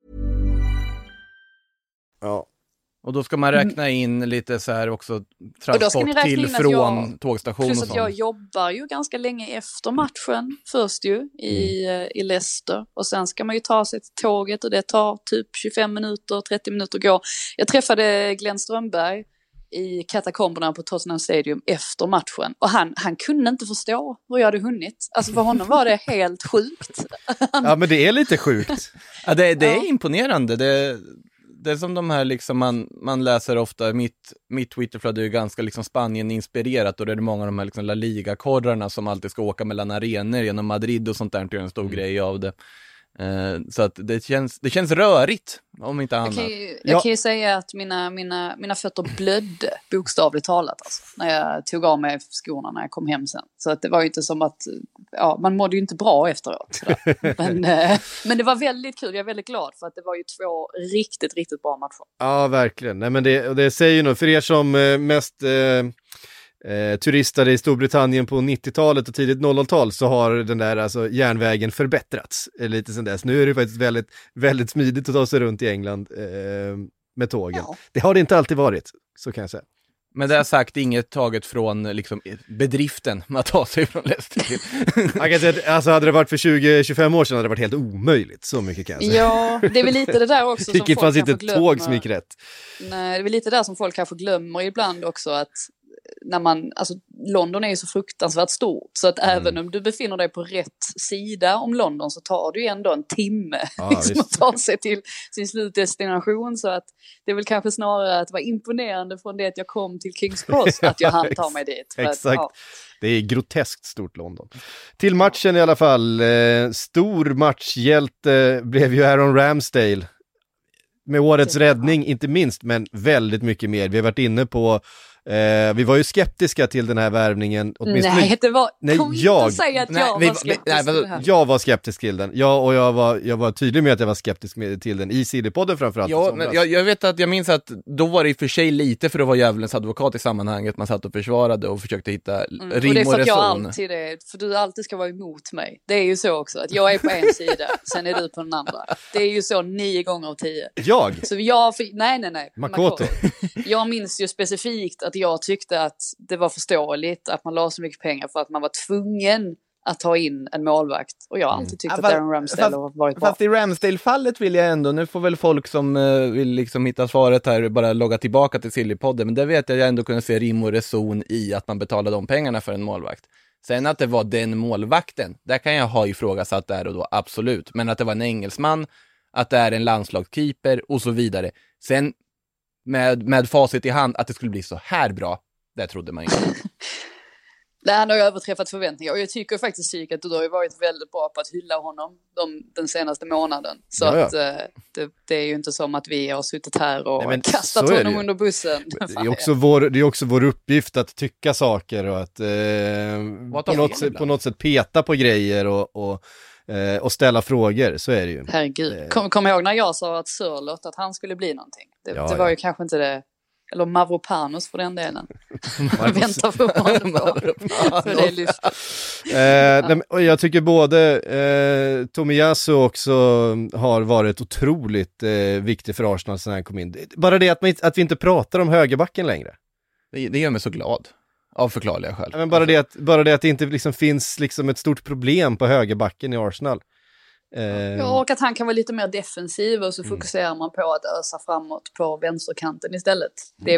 Ja. Och då ska man räkna in lite så här också transport till från tågstation och sånt. Plus att jag jobbar ju ganska länge efter matchen först ju i Leicester. Och sen ska man ju ta sig till tåget och det tar typ 25 minuter, 30 minuter att gå. Jag träffade Glenn Strömberg i katakomberna på Tottenham Stadium efter matchen. Och han kunde inte förstå hur jag hade hunnit. Alltså för honom var det helt sjukt. Ja, men det är lite sjukt. Ja, det är imponerande. Det är som de här liksom man läser ofta, mitt Twitterflöde är ju ganska liksom Spanien-inspirerat och det är många av de här liksom La Liga-korrarna som alltid ska åka mellan arenor genom Madrid och sånt där, inte gör en stor grej av det. Så att det känns rörigt, om inte annat. Jag kan ju säga att mina fötter blödde, bokstavligt talat, alltså, när jag tog av mig skorna när jag kom hem sen. Så att det var ju inte som att, man mådde ju inte bra efteråt. Men det var väldigt kul, jag är väldigt glad för att det var ju 2 riktigt, riktigt bra matcher. Ja, verkligen. Nej, men det säger ju nog, för er som mest turistade i Storbritannien på 90-talet och tidigt 00-tal, så har den där alltså järnvägen förbättrats lite sen dess. Nu är det faktiskt väldigt, väldigt smidigt att ta sig runt i England med tågen. Ja. Det har det inte alltid varit, så kan jag säga. Men det har sagt inget taget från liksom bedriften med att ta sig från Leicester till. Jag kan säga, alltså hade det varit för 20-25 år sedan hade det varit helt omöjligt, så mycket kan jag säga. Ja, det är väl lite det där också som folk fanns inte ett tåg som gick rätt. Nej, det är väl lite där som folk kanske glömmer ibland också, att när London är ju så fruktansvärt stort, så att även om du befinner dig på rätt sida om London så tar du ju ändå en timme att ta sig till sin slutdestination, så att det är väl kanske snarare att vara imponerande från det att jag kom till King's Cross att jag hann ta mig dit. Exakt. Det är groteskt stort London. Till matchen i alla fall, stor matchhjälte blev ju Aaron Ramsdale. Med årets räddning inte minst, men väldigt mycket mer. Vi har varit inne på vi var ju skeptiska till den här värvningen. Nej, det var... jag säga att jag var skeptisk. Jag var skeptisk till den. Jag var tydlig med att jag var skeptisk till den i CD-podden framförallt. Ja, men jag vet att jag minns att då var det i och för sig lite för att vara djävulens advokat i sammanhanget. Man satt och försvarade och försökte hitta rim och reson. Och det är för att jag alltid är, för du alltid ska vara emot mig. Det är ju så också, att jag är på en sida, sen är du på den andra. Det är ju så 9 gånger av 10. Så nej. Makoto. Jag minns ju specifikt att jag tyckte att det var förståeligt att man la så mycket pengar för att man var tvungen att ta in en målvakt. Och jag har alltid tyckt att Aaron Ramsdale har varit bra. Fast i Ramsdale-fallet vill jag ändå, nu får väl folk som vill liksom hitta svaret här bara logga tillbaka till Sillypodden, men det vet jag ändå kunde se rim och reson i att man betalade de pengarna för en målvakt. Sen att det var den målvakten, där kan jag ha ifrågasatt där och då, absolut. Men att det var en engelsman, att det är en landslagskeeper och så vidare. Sen med facit i hand att det skulle bli så här bra, det trodde man inte. Nej, han har ju överträffat förväntningar, och jag tycker faktiskt att du har ju varit väldigt bra på att hylla honom den senaste månaden. Så att det är ju inte som att vi har suttit här och kastat honom under bussen. Det är också vår uppgift att tycka saker och att på något sätt peta på grejer och ställa frågor, så är det ju. Herregud, kom ihåg när jag sa att Sörlott, att han skulle bli någonting. Det var ju kanske inte det. Eller Mavropanos för den delen. Man väntar på honom. För det Och jag tycker både Tomiyasu också har varit otroligt viktig för Arsenal sen han kom in. Bara det att vi inte pratar om högerbacken längre. Det gör mig så glad. Av förklarliga skäl. Men bara det att det inte liksom finns liksom ett stort problem på högerbacken i Arsenal. Ja, och att han kan vara lite mer defensiv och så fokuserar man på att ösa framåt på vänsterkanten istället. Det är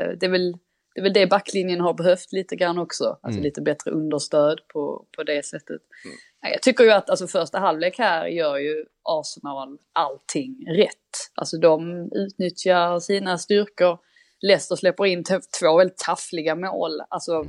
väl det backlinjen har behövt lite grann också. Alltså lite bättre understöd på det sättet. Jag tycker ju att alltså, första halvlek här gör ju Arsenal allting rätt. Alltså de utnyttjar sina styrkor. Leicester släpper in 2 väldigt taffliga mål. Alltså,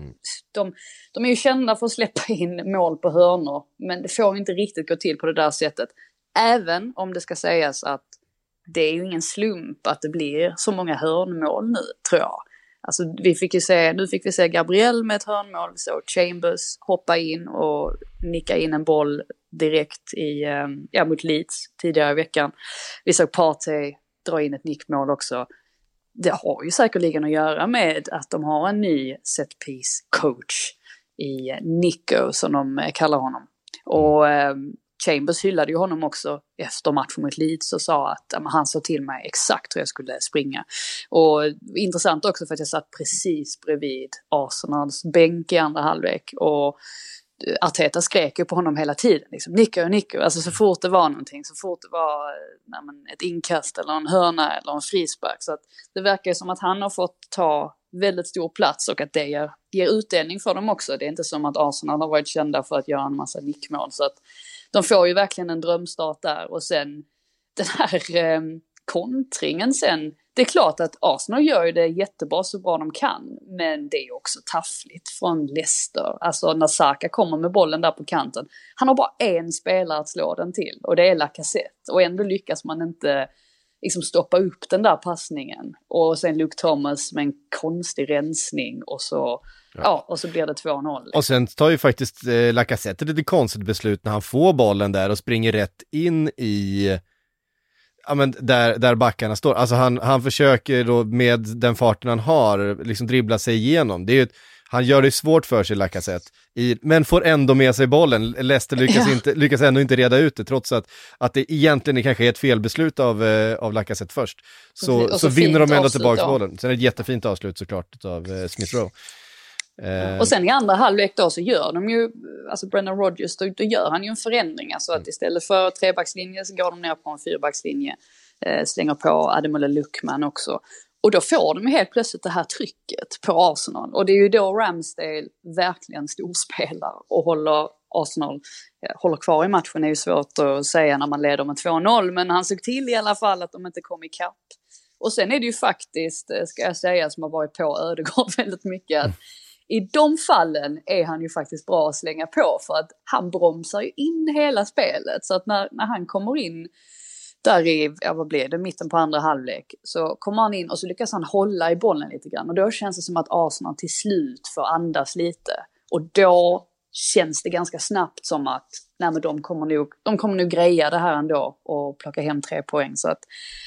de är ju kända för att släppa in mål på hörnor. Men det får inte riktigt gå till på det där sättet. Även om det ska sägas att det är ju ingen slump att det blir så många hörnmål nu, tror jag. Alltså, nu fick vi se Gabriel med ett hörnmål. Vi såg Chambers hoppa in och nicka in en boll direkt mot Leeds tidigare i veckan. Vi såg Partey dra in ett nickmål också. Det har ju säkerligen att göra med att de har en ny setpiece coach i Nico, som de kallar honom. Och Chambers hyllade ju honom också efter matchen mot Leeds och sa att han sa till mig exakt hur jag skulle springa. Och intressant också för att jag satt precis bredvid Arsenals bänk i andra halvlek och Arteta skrek ju på honom hela tiden. Liksom, Nico. Alltså så fort det var någonting, så fort det var ett inkast eller en hörna eller en frispark. Så att det verkar som att han har fått ta väldigt stor plats och att det ger utdelning för dem också. Det är inte som att Arsenal har varit kända för att göra en massa nickmål. Så att de får ju verkligen en drömstart där. Och sen den här kontringen sen. Det är klart att Arsenal gör ju det jättebra så bra de kan. Men det är också taffligt från Leicester. Alltså när Saka kommer med bollen där på kanten. Han har bara en spelare att slå den till. Och det är Lacazette. Och ändå lyckas man inte liksom stoppa upp den där passningen. Och sen Luke Thomas med en konstig rensning. Och så, och så blir det 2-0. Och sen tar ju faktiskt Lacazette ett lite konstigt beslut när han får bollen där och springer rätt in i... Ja, men där backarna står. Alltså han försöker då med den farten han har liksom dribbla sig igenom. Det är ju han gör det svårt för sig, Lacazette, men får ändå med sig bollen. Leicester lyckas ändå inte reda ut det, trots att det egentligen kanske är ett felbeslut av Lacazette först. Så vinner de ändå tillbaka bollen. Sen är det ett jättefint avslut såklart av Smith Rowe. Och sen i andra halvlek då så gör de ju, alltså Brendan Rodgers, då gör han ju en förändring, alltså att istället för 3-backslinje så går de ner på en 4-backslinje, slänger på Ademola Lookman också, och då får de ju helt plötsligt det här trycket på Arsenal, och det är ju då Ramsdale verkligen storspelar och håller Arsenal håller kvar i matchen. Det är ju svårt att säga när man leder med 2-0, men han såg till i alla fall att de inte kom i kapp. Och sen är det ju faktiskt, ska jag säga, som har varit på Ödegaard väldigt mycket, att i de fallen är han ju faktiskt bra att slänga på, för att han bromsar ju in hela spelet. Så att när han kommer in där i, vad blev det, mitten på andra halvlek, så kommer han in och så lyckas han hålla i bollen lite grann. Och då känns det som att Arsenal till slut får andas lite. Och då känns det ganska snabbt som att men de kommer nog greja det här ändå och plocka hem 3 poäng. Så att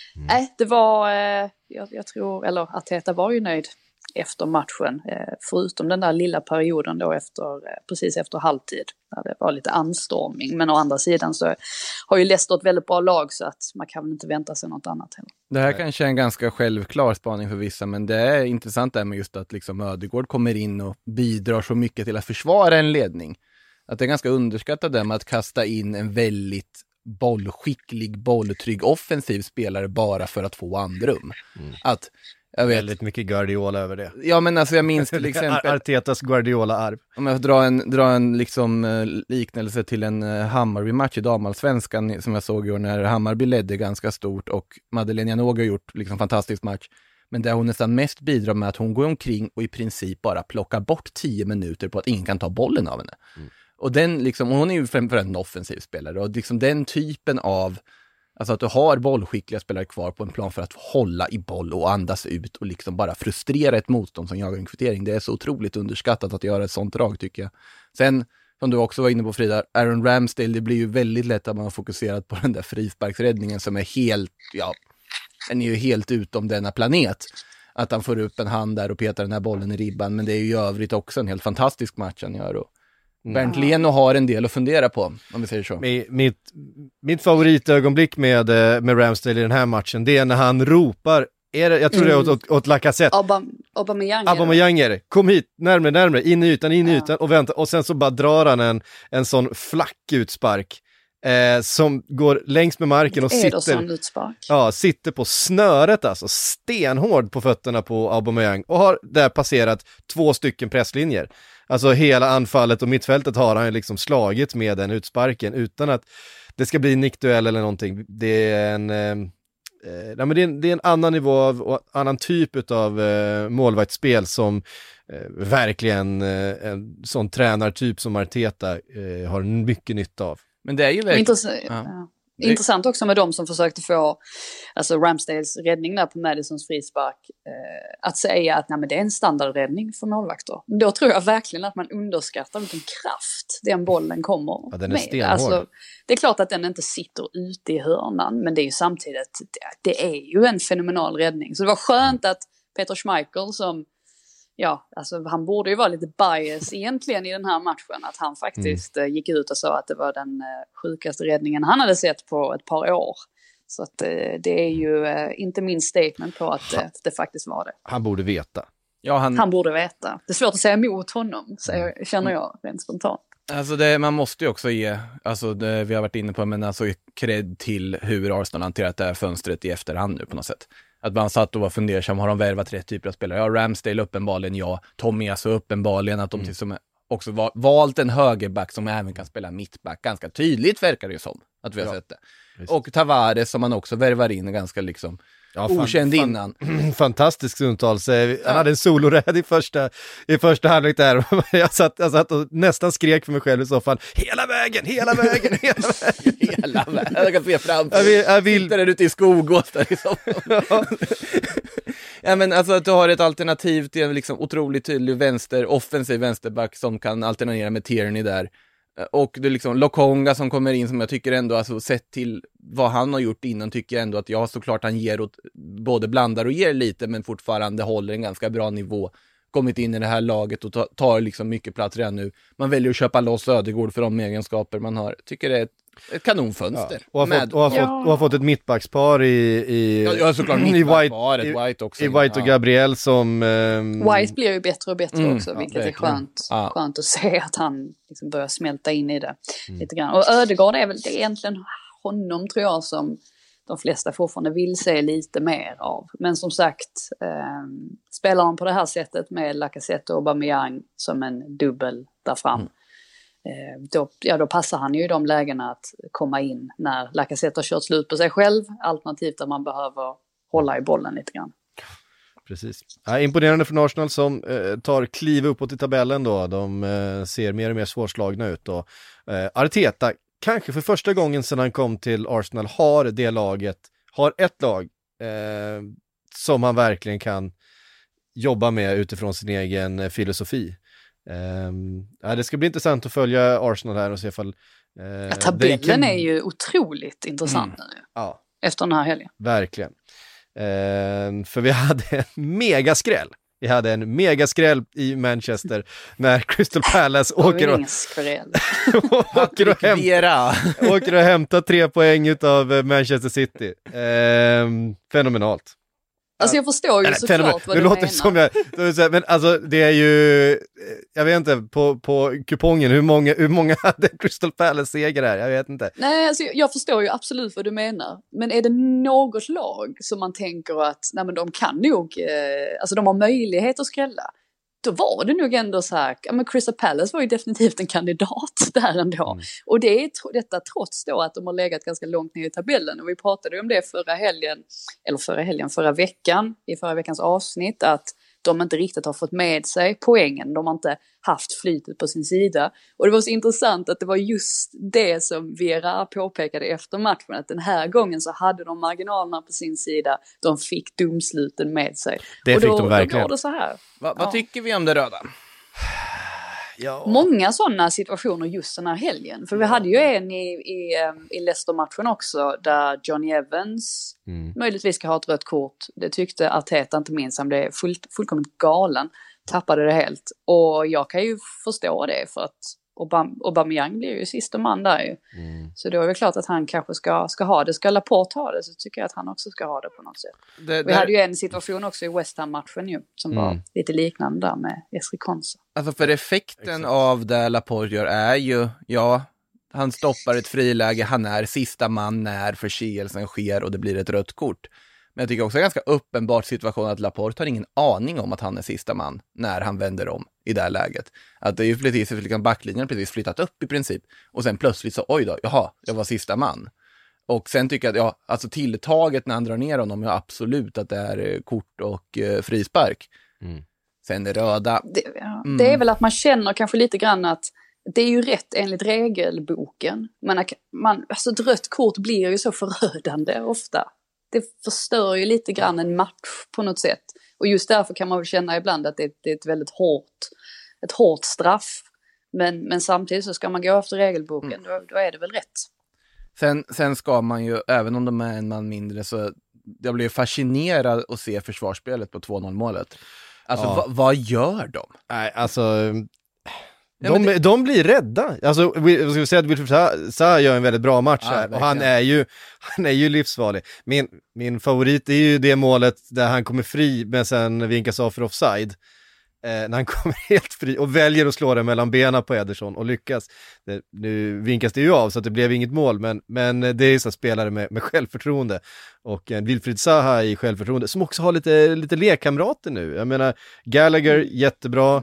det var, jag tror, eller Arteta var ju nöjd efter matchen, förutom den där lilla perioden då precis efter halvtid, där det var lite anstormning. Men å andra sidan så har ju Leicester ett väldigt bra lag, så att man kan väl inte vänta sig något annat heller. Det här kanske är en ganska självklar spaning för vissa, men det är intressant där med just att liksom Ödegaard kommer in och bidrar så mycket till att försvara en ledning. Att det är ganska underskattat där med att kasta in en väldigt bollskicklig, bolltrygg offensiv spelare bara för att få andrum. Att jag vet väldigt mycket Guardiola över det. Ja, men alltså jag minns till exempel Artetas Guardiola-arv. Om jag drar en liksom liknelse till en Hammarby-match i damallsvenskan som jag såg i år, när Hammarby ledde ganska stort och Madeleine Janogy har gjort liksom fantastisk match. Men där hon nästan mest bidrar med att hon går omkring och i princip bara plockar bort 10 minuter på att ingen kan ta bollen av henne. Och den liksom, hon är ju framför en offensiv spelare, och liksom den typen av, alltså att du har bollskickliga spelare kvar på en plan för att hålla i boll och andas ut och liksom bara frustrera ett motstånd som jagar en kvittering. Det är så otroligt underskattat att göra ett sånt drag, tycker jag. Sen, som du också var inne på, Frida, Aaron Ramsdale, det blir ju väldigt lätt att man har fokuserat på den där frisparksräddningen som är helt, den är ju helt utom denna planet. Att han får upp en hand där och petar den här bollen i ribban, men det är ju i övrigt också en helt fantastisk match han gör. Bernt Leno har en del att fundera på, om vi säger så. Mitt favoritögonblick med Ramsdale i den här matchen, det är när han ropar, jag tror det är åt Lacazette. Aubameyang, kom hit, närmare, in i ytan och vänta. Och sen så bara drar han en sån flack utspark som går längs med marken och sitter på snöret, alltså stenhård på fötterna på Aubameyang, och har där passerat 2 stycken presslinjer. Alltså hela anfallet och mittfältet har han liksom slagit med den utsparken utan att det ska bli en nickduell eller någonting. Det är det är en annan nivå och annan typ av målvaktsspel som verkligen en sån tränartyp som Arteta har mycket nytta av. Men det är ju verkligen... Intressant också med de som försökte få Ramsdales räddning där på Madisons frispark att säga att men det är en standardräddning för målvakter. Då tror jag verkligen att man underskattar vilken kraft den bollen kommer den är med. stenhård. Alltså, det är klart att den inte sitter ute i hörnan, men det är ju samtidigt, det är ju en fenomenal räddning. Så det var skönt att Peter Schmeichel som han borde ju vara lite bias egentligen i den här matchen, att han faktiskt gick ut och sa att det var den sjukaste räddningen han hade sett på ett par år. Så att det är ju inte min statement på att det faktiskt var det. Han borde veta. Ja, han borde veta. Det är svårt att säga emot honom, känner jag rent spontant. Alltså man måste ju också ge, vi har varit inne på, men alltså cred till hur Arsenal hanterat det här fönstret i efterhand nu på något sätt. Att man satt och var fundersam, har de värvat rätt typer av spelare? Ja, Ramsdale uppenbarligen, Tommy alltså uppenbarligen, att de liksom också valt en högerback som även kan spela mittback. Ganska tydligt verkar det ju som att vi har sett det. Just. Och Tavares som man också värvar in ganska liksom okänd innan. Fantastisk stundtals. Han hade en soloräd i första halvlek där. Jag satt och nästan skrek för mig själv i soffan. Hela vägen. Hela vägen. Jag kan se framför. Jag vill sitta där ute i Skogås där liksom. Ja, men alltså att du har ett alternativ till en liksom otroligt tydlig offensiv vänsterback som kan alternera med Tierney där. Och det är liksom Lokonga som kommer in, som jag tycker ändå, alltså sett till vad han har gjort innan, tycker jag ändå att såklart han ger åt, både blandar och ger lite, men fortfarande håller en ganska bra nivå. Kommit in i det här laget och tar liksom mycket plats redan nu. Man väljer att köpa loss Ödegård för de egenskaper man har. Tycker det är ett kanonfönster. Ja. Och har fått ett mittbackspar i såklart White också. I White och Gabriel som... White blir ju bättre och bättre också, vilket är skönt att se att han liksom börjar smälta in i det lite grann. Och Ödegård är väl det egentligen honom, tror jag, som de flesta fortfarande vill se lite mer av. Men som sagt, spelar han på det här sättet med Lacazette och Aubameyang som en dubbel där fram, då passar han ju i de lägena att komma in när Lacazette har kört slut på sig själv, alternativt där man behöver hålla i bollen lite grann. Precis. Imponerande för Arsenal som tar kliv uppåt i tabellen då. De ser mer och mer svårslagna ut. Och Arteta, kanske för första gången sedan han kom till Arsenal, har ett lag som han verkligen kan jobba med utifrån sin egen filosofi. Det ska bli intressant att följa Arsenal här och se ifall... tabellen är ju otroligt intressant nu. Ja. Efter den här helgen. Verkligen. För vi hade en megaskräll. Vi hade en megaskräll i Manchester när Crystal Palace åker och hämtar 3 poäng utav Manchester City. Fenomenalt. Alltså jag förstår ju såklart vad du menar. Som men alltså det är ju, jag vet inte, på kupongen, hur många hade Crystal Palace seger här? Jag vet inte. Nej, alltså jag förstår ju absolut vad du menar. Men är det något lag som man tänker att nej, men de kan nog, alltså de har möjlighet att skrälla, då var det nog ändå så här, men Crystal Palace var ju definitivt en kandidat där ändå. Och det är detta trots då att de har legat ganska långt ner i tabellen. Och vi pratade ju om det förra veckan, i förra veckans avsnitt, att de inte riktigt har fått med sig poängen. De har inte haft flytet på sin sida. Och det var så intressant att det var just det som Vera påpekade efter matchen. Att den här gången så hade de marginalerna på sin sida. De fick domsluten med sig. Det fick de verkligen. Då går det så här. Vad tycker vi om det röda? Ja. Många sådana situationer just den här helgen. För vi hade ju en i Leicester-matchen också där Johnny Evans möjligtvis ska ha ett rött kort. Det tyckte Arteta inte minst. Han blev fullkomligt galen. Tappade det helt. Och jag kan ju förstå det, för att Aubameyang blir ju sista man där ju. Så då är det klart att han kanske ska ha det. Ska Laporte ha det, så tycker jag att han också ska ha det på något sätt. Vi hade ju en situation också i West Ham-matchen ju, som var lite liknande där med Ezri Konsa. Alltså för effekten av det Laporte gör är ju, han stoppar ett friläge, han är sista man när förseelsen sker och det blir ett rött kort. Men jag tycker också ganska uppenbart situation att Laporte har ingen aning om att han är sista man när han vänder om i det här läget. Att det är ju precis liksom backlinjen precis flyttat upp i princip. Och sen plötsligt så, oj då, jag var sista man. Och sen tycker jag att, alltså tilltaget när han drar ner honom är absolut att det är kort och frispark. Sen det röda. Det är väl att man känner kanske lite grann att det är ju rätt enligt regelboken. Men alltså ett rött kort blir ju så förödande ofta. Det förstör ju lite grann en match på något sätt. Och just därför kan man väl känna ibland att det är ett väldigt hårt straff. Men samtidigt så ska man gå efter regelboken, då är det väl rätt. Sen ska man ju, även om de är en man mindre, så jag blir fascinerad att se försvarsspelet på 2-0 målet. Alltså vad gör de? Nej, alltså de blir rädda. Alltså, ska vi säga att Wilfried Zaha gör en väldigt bra match här. Verkligen. Och han är ju livsfarlig. Min favorit är ju det målet där han kommer fri men sen vinkas av för offside. När han kommer helt fri och väljer att slå den mellan benen på Ederson och lyckas. Nu vinkas det ju av så att det blev inget mål, men det är så spelare med självförtroende. Och en Wilfried Zaha i självförtroende som också har lite lekkamrater nu. Jag menar, Gallagher, jättebra.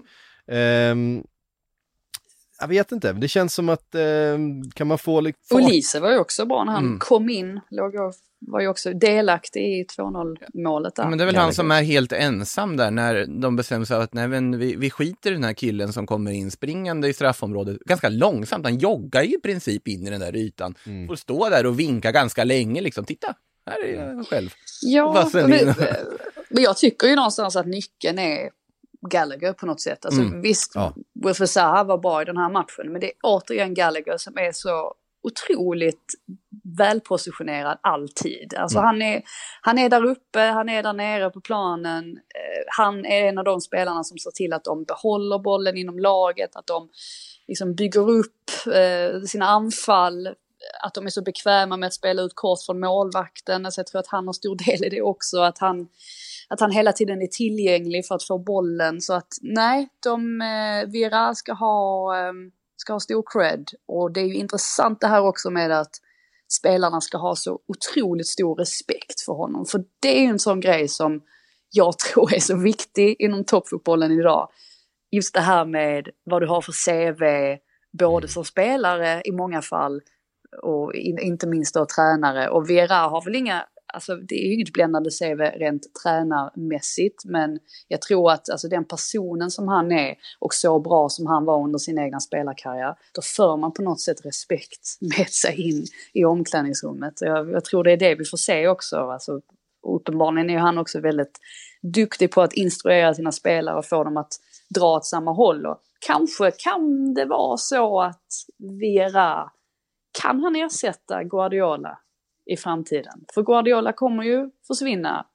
Jag vet inte, det känns som att kan man få lite fart. Olise var ju också bra när han kom in, var ju också delaktig i 2-0-målet där. Men det är väl han som är helt ensam där när de bestämmer sig att nej, men vi skiter i den här killen som kommer in springande i straffområdet ganska långsamt. Han joggar ju i princip in i den där ytan. Får stå där och vinka ganska länge liksom. Titta, här är jag själv. Ja, men jag tycker ju någonstans att nyckeln är Gallagher på något sätt. Alltså visst, Wilfried Zaha var bra i den här matchen, men det är återigen Gallagher som är så otroligt välpositionerad alltid. Alltså han är där uppe, han är där nere på planen. Han är en av de spelarna som ser till att de behåller bollen inom laget, att de liksom bygger upp sina anfall, att de är så bekväma med att spela ut kort från målvakten. Alltså jag tror att han har stor del i det också, att han hela tiden är tillgänglig för att få bollen. Så att nej, Vieira ska ha stor cred. Och det är ju intressant det här också med att spelarna ska ha så otroligt stor respekt för honom. För det är ju en sån grej som jag tror är så viktig inom toppfotbollen idag. Just det här med vad du har för CV, både som spelare i många fall och inte minst då tränare. Och Vieira har väl alltså det är ju inget bländande CV rent tränarmässigt, men jag tror att alltså den personen som han är och så bra som han var under sin egna spelarkarriär, då för man på något sätt respekt med sig in i omklädningsrummet. Jag tror det är det vi får se också. Alltså, uppenbarligen är ju han också väldigt duktig på att instruera sina spelare och få dem att dra åt samma håll. Och kanske kan det vara så att Vieira, kan han ersätta Guardiola i framtiden? För Guardiola kommer ju försvinna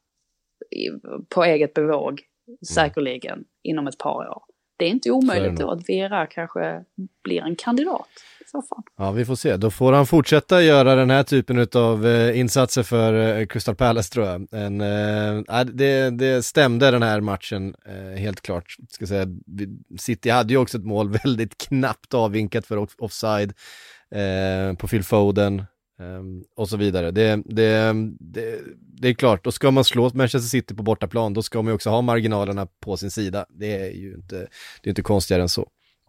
på eget bevåg säkerligen inom ett par år. Det är inte omöjligt då att Vieira kanske blir en kandidat i så fall. Ja, vi får se. Då får han fortsätta göra den här typen av insatser för Crystal Palace, tror jag. Det stämde den här matchen helt klart. Ska säga, City hade ju också ett mål väldigt knappt avvinkat för offside på Phil Foden. Och så vidare. Det är klart, då ska man slå Manchester City på bortaplan, då ska man ju också ha marginalerna på sin sida. Det är ju inte konstigare än så.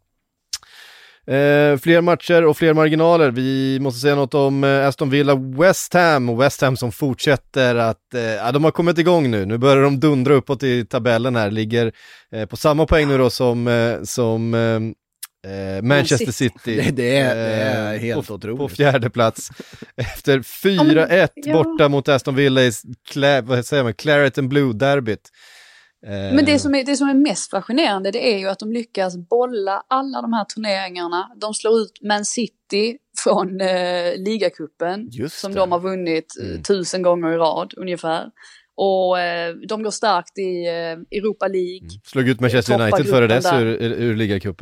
Fler matcher och fler marginaler. Vi måste säga något om Aston Villa West Ham, och West Ham som fortsätter att de har kommit igång nu. Nu börjar de dundra uppåt i tabellen här, ligger på samma poäng nu då som Manchester City. Det är helt otroligt. På fjärde plats efter 4-1 borta mot Aston Villa i Claret and Blue derbyt. Men det som är mest fascinerande, det är ju att de lyckas bolla alla de här turneringarna. De slår ut Man City från ligacupen som de har vunnit 1000 gånger i rad ungefär. Och de går starkt i Europa League. Slog ut Manchester United före dess ur ligacupen.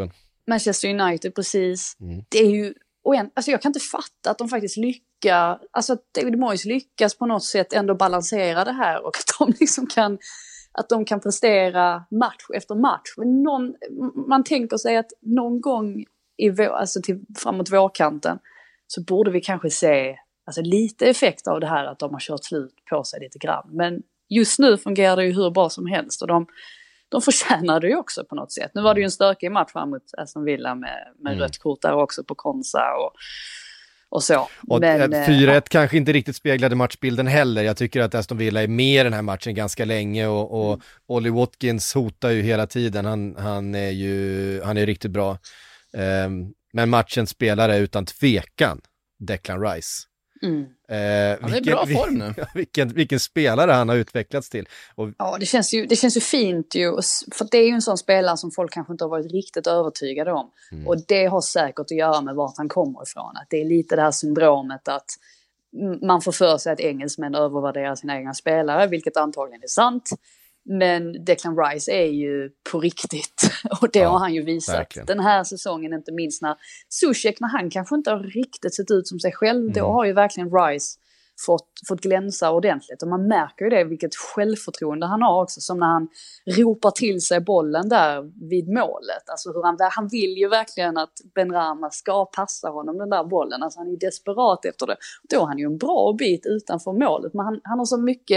Manchester United precis. Det är ju, alltså jag kan inte fatta att de faktiskt lyckas, alltså att David Moyes lyckas på något sätt ändå balansera det här, och att de liksom kan prestera match efter match. Men man tänker sig att någon gång alltså framåt vårkanten så borde vi kanske se alltså lite effekt av det här, att de har kört slut på sig lite grann. Men just nu fungerar det ju hur bra som helst, och de förtjänar det ju också på något sätt. Nu var det ju en stökig match mot Aston Villa med rött kort där också på Konsa och så. Och men 4-1 kanske inte riktigt speglade matchbilden heller. Jag tycker att Aston Villa är med i den här matchen ganska länge, och Ollie Watkins hotar ju hela tiden. Han är riktigt bra. Men matchens spelare utan tvekan Declan Rice. Han är bra form nu. Vilken spelare han har utvecklats till. Ja, det känns ju fint ju, för det är ju en sån spelare som folk kanske inte har varit riktigt övertygade om. Och det har säkert att göra med vart han kommer ifrån. Att det är lite det här syndromet att man får för sig att engelsmän övervärderar sina egna spelare, vilket antagligen är sant. Men Declan Rice är ju på riktigt, och det har han ju visat verkligen. Den här säsongen, inte minst när Soucek, när han kanske inte har riktigt sett ut som sig själv, då har ju verkligen Rice fått glänsa ordentligt, och man märker ju det, vilket självförtroende han har också, som när han ropar till sig bollen där vid målet, alltså hur han vill ju verkligen att Benrahma ska passa honom den där bollen, alltså han är desperat efter det. Då är han ju en bra bit utanför målet, men han har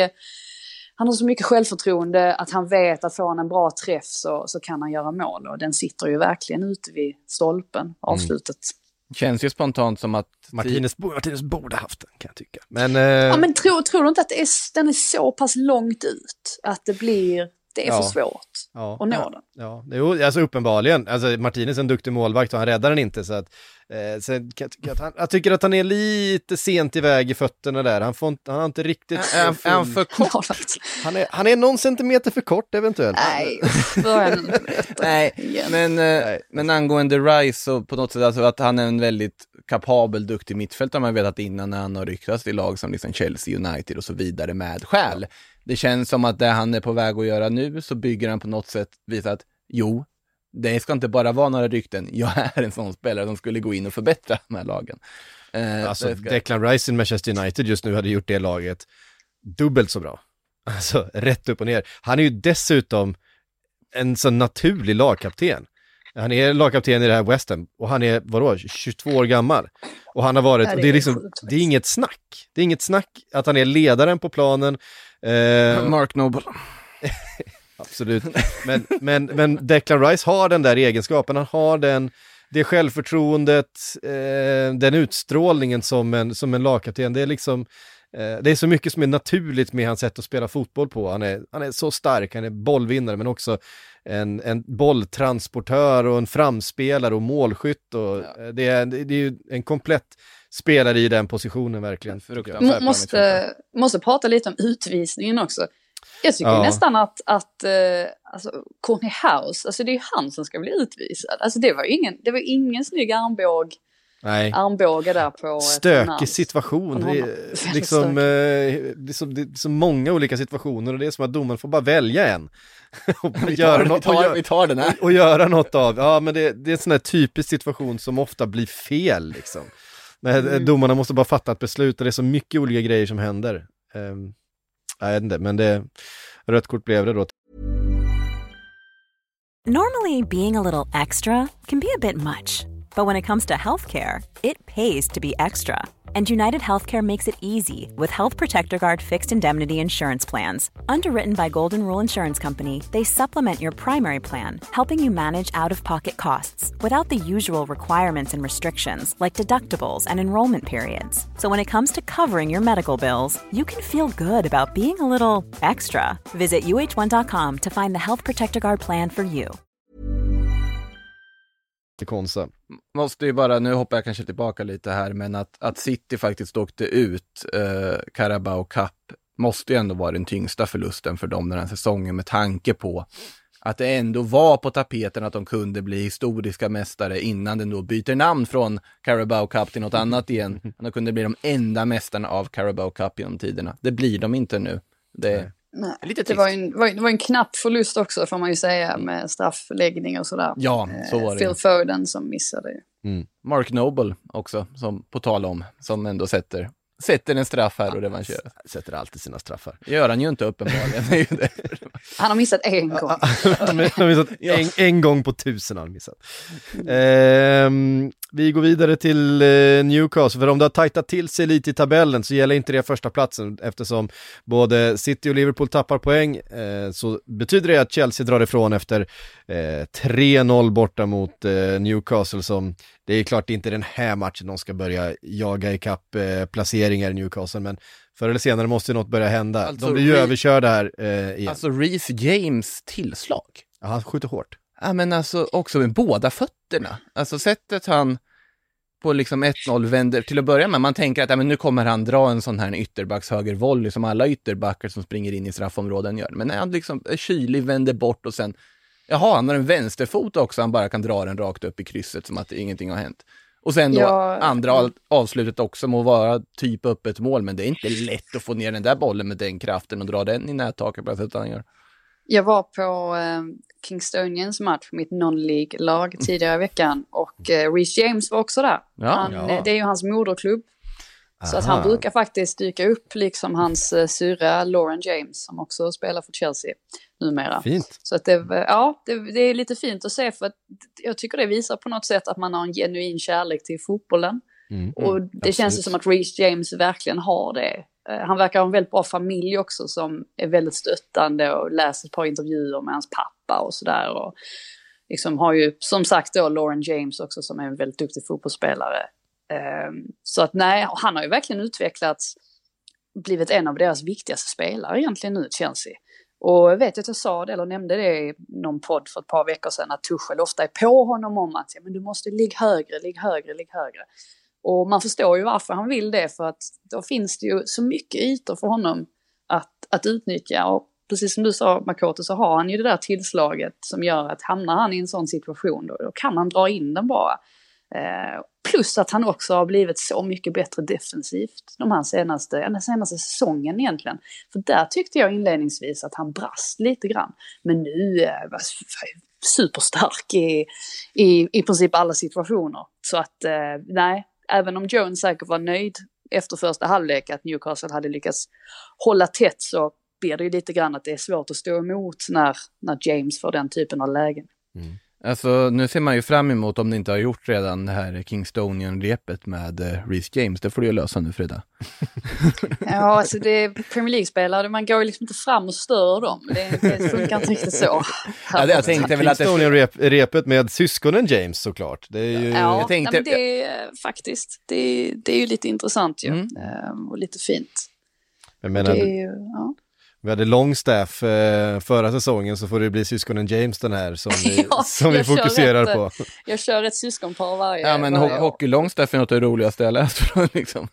så mycket självförtroende att han vet att får han en bra träff så kan han göra mål, och den sitter ju verkligen ute vid stolpen, avslutet. Känns ju spontant som att Martinez borde haft den, kan jag tycka. Men tror du inte att den är så pass långt ut att det är för svårt att nå den? Ja, alltså uppenbarligen. Alltså Martinez är en duktig målvakt och han räddar den inte, så att jag tycker att han är lite sent iväg i fötterna där. Han har inte riktigt... Är han för kort? Han är någon centimeter för kort eventuellt. Men angående Rice, så på något sätt, alltså att han är en väldigt kapabel, duktig mittfältare, man vet att innan, när han har ryktats i lag som liksom Chelsea, United och så vidare med själ. Det känns som att det han är på väg att göra nu, så bygger han på något sätt visa att det ska inte bara vara några rykten. Jag är en sån spelare som skulle gå in och förbättra de här lagen. Declan Rice i Manchester United just nu hade gjort det laget dubbelt så bra. Alltså rätt upp och ner. Han är ju dessutom en så naturlig lagkapten. Han är lagkapten i det här West Ham, och han är 22 år gammal. Och han har varit, och det är inget snack. Det är inget snack att han är ledaren på planen. Mark Noble. Absolut. Men Declan Rice har den där egenskapen. Han har det självförtroendet, den utstrålningen som en lagkapten. Det är liksom, det är så mycket som är naturligt med hans sätt att spela fotboll på. Han är så stark, han är bollvinnare, men också en bolltransportör och en framspelare och målskytt. Och det är ju en komplett spelare i den positionen, verkligen. Måste prata lite om utvisningen också. Jag tycker nästan att alltså, Courtney House, alltså det är ju han som ska bli utvisad. Alltså det var ingen snygg armbåge där på stökig situation. Det är liksom många olika situationer, och det är som att domaren får bara välja en. Vi tar den här. Och göra något av. Ja, men det är en sån här typisk situation som ofta blir fel liksom. Domarna måste bara fatta ett beslut, och det är så mycket olika grejer som händer. Jag vet inte, men rött kort blev det då. Normally, being a little extra can be a bit much. But when it comes to healthcare, it pays to be extra. And United Healthcare makes it easy with Health Protector Guard fixed indemnity insurance plans. Underwritten by Golden Rule Insurance Company, they supplement your primary plan, helping you manage out-of-pocket costs without the usual requirements and restrictions like deductibles and enrollment periods. So when it comes to covering your medical bills, you can feel good about being a little extra. Visit uh1.com to find the Health Protector Guard plan for you. Konsa. Måste ju bara, nu hoppar jag kanske tillbaka lite här, men att City faktiskt åkte ut Carabao Cup måste ju ändå vara den tyngsta förlusten för dem den här säsongen, med tanke på att det ändå var på tapeten att de kunde bli historiska mästare innan den då byter namn från Carabao Cup till något annat igen. De kunde bli de enda mästarna av Carabao Cup genom tiderna. Det blir de inte nu. Nej, Lite det var en knapp förlust också får man ju säga med straffläggning och sådär. Ja, så var det. Phil Foden som missade ju. Mark Noble också, som på tal om, som ändå sätter en straff här och revanscherar. Sätter alltid sina straffar. Gör han ju inte uppenbarligen. Han har missat en gång. Han har missat en gång på 1000 har han missat. Vi går vidare till Newcastle, för om det har tajtat till sig lite i tabellen så gäller inte det första platsen, eftersom både City och Liverpool tappar poäng, så betyder det att Chelsea drar ifrån efter 3-0 borta mot Newcastle, som det är klart inte den här matchen de ska börja jaga ikapp placeringar i Newcastle, men förr eller senare måste något börja hända. Alltså, de blir ju överkörda här igen. Alltså Reece James tillslag. Ja, han skjuter hårt. Ja, men alltså också med båda fötterna. Alltså sättet han på liksom 1-0 vänder, till att börja med, man tänker att men nu kommer han dra en sån här ytterbackshögervolley som alla ytterbackar som springer in i straffområden gör. Men när han liksom är kylig, vänder bort och sen, han har en vänsterfot också, han bara kan dra den rakt upp i krysset som att ingenting har hänt. Och sen då andra avslutet också må vara typ öppet mål, men det är inte lätt att få ner den där bollen med den kraften och dra den i nättaket på det sättet han gör. Jag var på Kingstonians match, mitt non-league-lag tidigare i veckan, och Reece James var också där. Det är ju hans moderklubb. Så att han brukar faktiskt dyka upp liksom hans syrra Lauren James som också spelar för Chelsea numera. Fint. Så att det är lite fint att se, för att jag tycker det visar på något sätt att man har en genuin kärlek till fotbollen. Och det känns ju som att Reece James verkligen har det. Han verkar ha en väldigt bra familj också som är väldigt stöttande, och läser ett par intervjuer med hans pappa och sådär. Och liksom har ju som sagt då Lauren James också som är en väldigt duktig fotbollsspelare. Så att nej, han har ju verkligen utvecklats, blivit en av deras viktigaste spelare egentligen nu, Chelsea. Och jag vet att jag sa det, eller nämnde det i någon podd för ett par veckor sedan, att Tuchel ofta är på honom om att men du måste ligga högre. Och man förstår ju varför han vill det, för att då finns det ju så mycket ytor för honom att utnyttja. Och precis som du sa, Makoto, så har han ju det där tillslaget som gör att hamnar han i en sån situation då kan han dra in den bara. Plus att han också har blivit så mycket bättre defensivt den senaste säsongen egentligen. För där tyckte jag inledningsvis att han brast lite grann. Men nu är han superstark i princip alla situationer. Så att nej, även om Jones säkert var nöjd efter första halvlek att Newcastle hade lyckats hålla tätt, så blir det ju lite grann att det är svårt att stå emot när James får den typen av lägen. Alltså nu ser man ju fram emot, om det inte har gjort redan, det här Kingstonian-repet med Reece James. Det får du ju lösa nu, Frida. Ja, alltså det är Premier League-spelare, man går ju liksom inte fram och stör dem. Det funkar inte riktigt så. Ja, jag tänkte väl att Kingstonian-repet med syskonen James såklart. Det är ju... Ja, jag tänkte... men det är faktiskt, det är ju lite intressant ju. Och lite fint. Jag menar, det är ju, ja. Vi hade Longstaff förra säsongen, så får det bli syskonen James den här som vi fokuserar på. Jag kör ett syskonpar varje. Ja, men hockey Longstaff är något av det roligaste jag läst från liksom.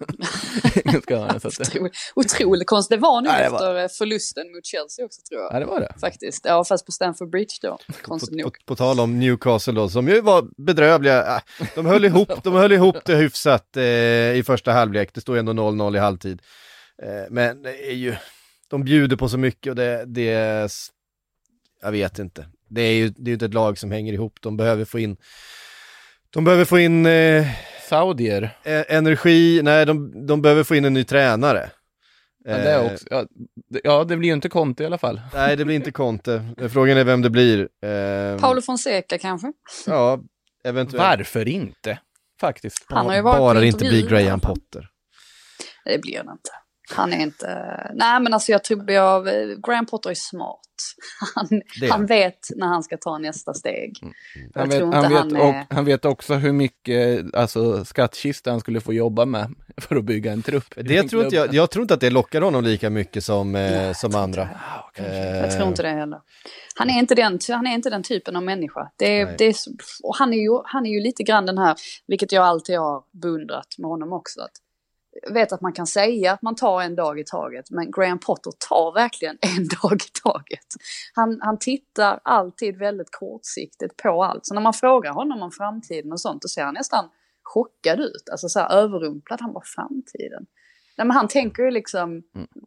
Otroligt konstigt. Det var nog efter förlusten mot Chelsea också, tror jag. Ja, det var det. Faktiskt. Ja, fast på Stamford Bridge då. Konstigt nog. På tal om Newcastle då, som ju var bedrövliga. De höll ihop det hyfsat i första halvlek. Det står ändå 0-0 i halvtid. Men det är ju... De bjuder på så mycket, och det jag vet inte. Det är ju inte ett lag som hänger ihop. De behöver få in saudier. Energi. Nej, de behöver få in en ny tränare. Ja, det är också, det blir ju inte Conte i alla fall. Nej, det blir inte Conte. Frågan är vem det blir. Paulo Fonseca kanske? Ja, eventuellt. Varför inte? Faktiskt. Han har ju varit bara det inte blir Graham Potter. Det blir det inte. Han är inte... Nej, men alltså jag tror Graham Potter är smart. Han vet när han ska ta nästa steg. Han vet också hur mycket skattkista han skulle få jobba med för att bygga en trupp. Jag tror inte att det lockar honom lika mycket som andra. Jag tror inte det heller. Han är inte den typen av människa. Och han är ju lite grann den här, vilket jag alltid har beundrat med honom också, att vet att man kan säga att man tar en dag i taget, men Graham Potter tar verkligen en dag i taget. Han tittar alltid väldigt kortsiktigt på allt. Så när man frågar honom om framtiden och sånt, då ser han nästan chockad ut. Alltså så här överrumplad, han bara framtiden. Nej, men han tänker ju liksom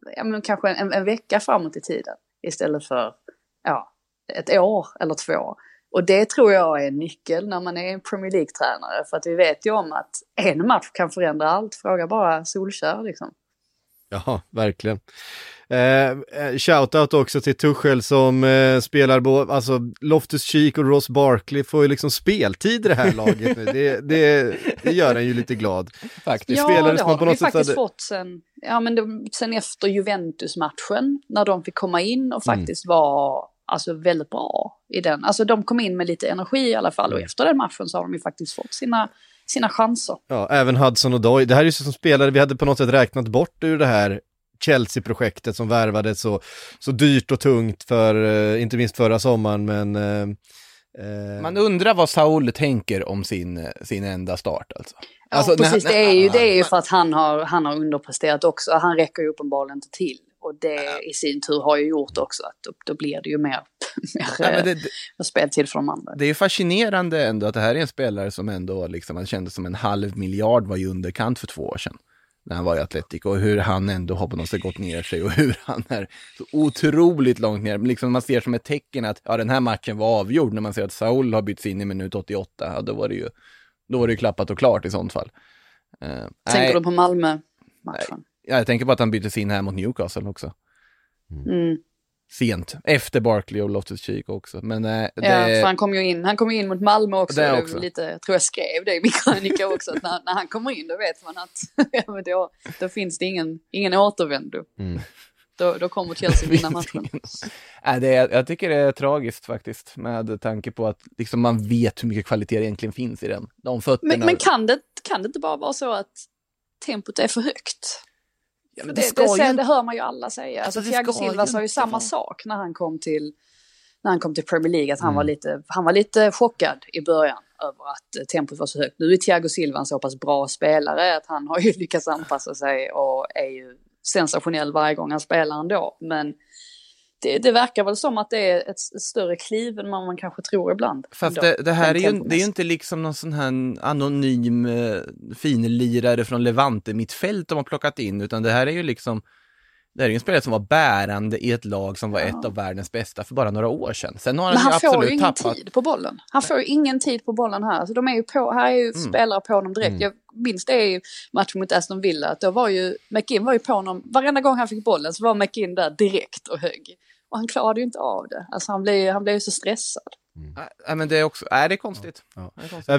kanske en vecka framåt i tiden istället för ett år eller 2 år. Och det tror jag är en nyckel när man är en Premier League-tränare, för att vi vet ju om att en match kan förändra allt. Fråga bara Solskjaer liksom. Ja, verkligen. Shoutout också till Tuchel som spelar alltså Loftus-Cheek och Ross Barkley får ju liksom speltid i det här laget nu. Det gör en ju lite glad. Faktiskt. Ja, det har vi faktiskt fått sen efter Juventus-matchen, när de fick komma in och faktiskt var alltså väldigt bra i den. Alltså de kom in med lite energi i alla fall, och efter den matchen så har de ju faktiskt fått sina chanser. Ja, även Hudson och Doy. Det här är ju som spelare vi hade på något sätt räknat bort ur det här Chelsea-projektet som värvades så dyrt och tungt för inte minst förra sommaren, men man undrar vad Saul tänker om sin enda start alltså. Ja, alltså, precis, det är ju för att han har underpresterat också. Han räcker ju uppenbarligen inte till. Och det i sin tur har ju gjort också att då blir det ju mer speltid för de andra. Det är fascinerande ändå att det här är en spelare som ändå liksom, man kände som 500 miljoner var ju underkant för 2 år sedan när han var i Atletico, och hur han ändå har på något sätt gått ner sig och hur han är så otroligt långt ner. Liksom man ser som ett tecken att den här matchen var avgjord när man ser att Saul har bytts in i minut 88. Då var det ju klappat och klart i sånt fall. Tänker du på Malmö-matchen? Ja, jag tänker på att han byttes in här mot Newcastle också. Sent. Efter Barkley och Loftus-Cheek också. Men, för han kom ju in mot Malmö också. Det också. Lite, jag tror jag skrev det i min krönika också. Att när han kommer in, då vet man att då finns det ingen återvändo. Då kommer Chelsea vinna matchen. Jag tycker det är tragiskt faktiskt, med tanke på att liksom man vet hur mycket kvalitet det egentligen finns i den. De fötterna. Men kan det inte bara vara så att tempot är för högt? Ja, men det hör man ju alla säga. Alltså, Thiago Silva sa ju samma sak när han kom till Premier League, att han var lite chockad i början över att tempot var så högt. Nu är Thiago Silva en så pass bra spelare att han har ju lyckats anpassa sig och är ju sensationell varje gång han spelar ändå. Men det verkar väl som att det är ett större kliv än man kanske tror ibland. Fast det här är ju inte liksom någon sån här anonym finlirare från Levante mittfält de har plockat in, utan det här är ju liksom, det är ju en spelare som var bärande i ett lag som var ett av världens bästa för bara några år sedan. Sen har han absolut får ju ingen tappat tid på bollen. Han får ju ingen tid på bollen här. Alltså de är ju här är ju spelare på honom direkt. Jag minns det i matchen mot Aston Villa, att då var ju McGinn var ju på honom varenda gång han fick bollen, så var McGinn där direkt och hög. Och han klarade ju inte av det. Alltså han blev ju så stressad. Men det är också, det är konstigt. Ja. Ja,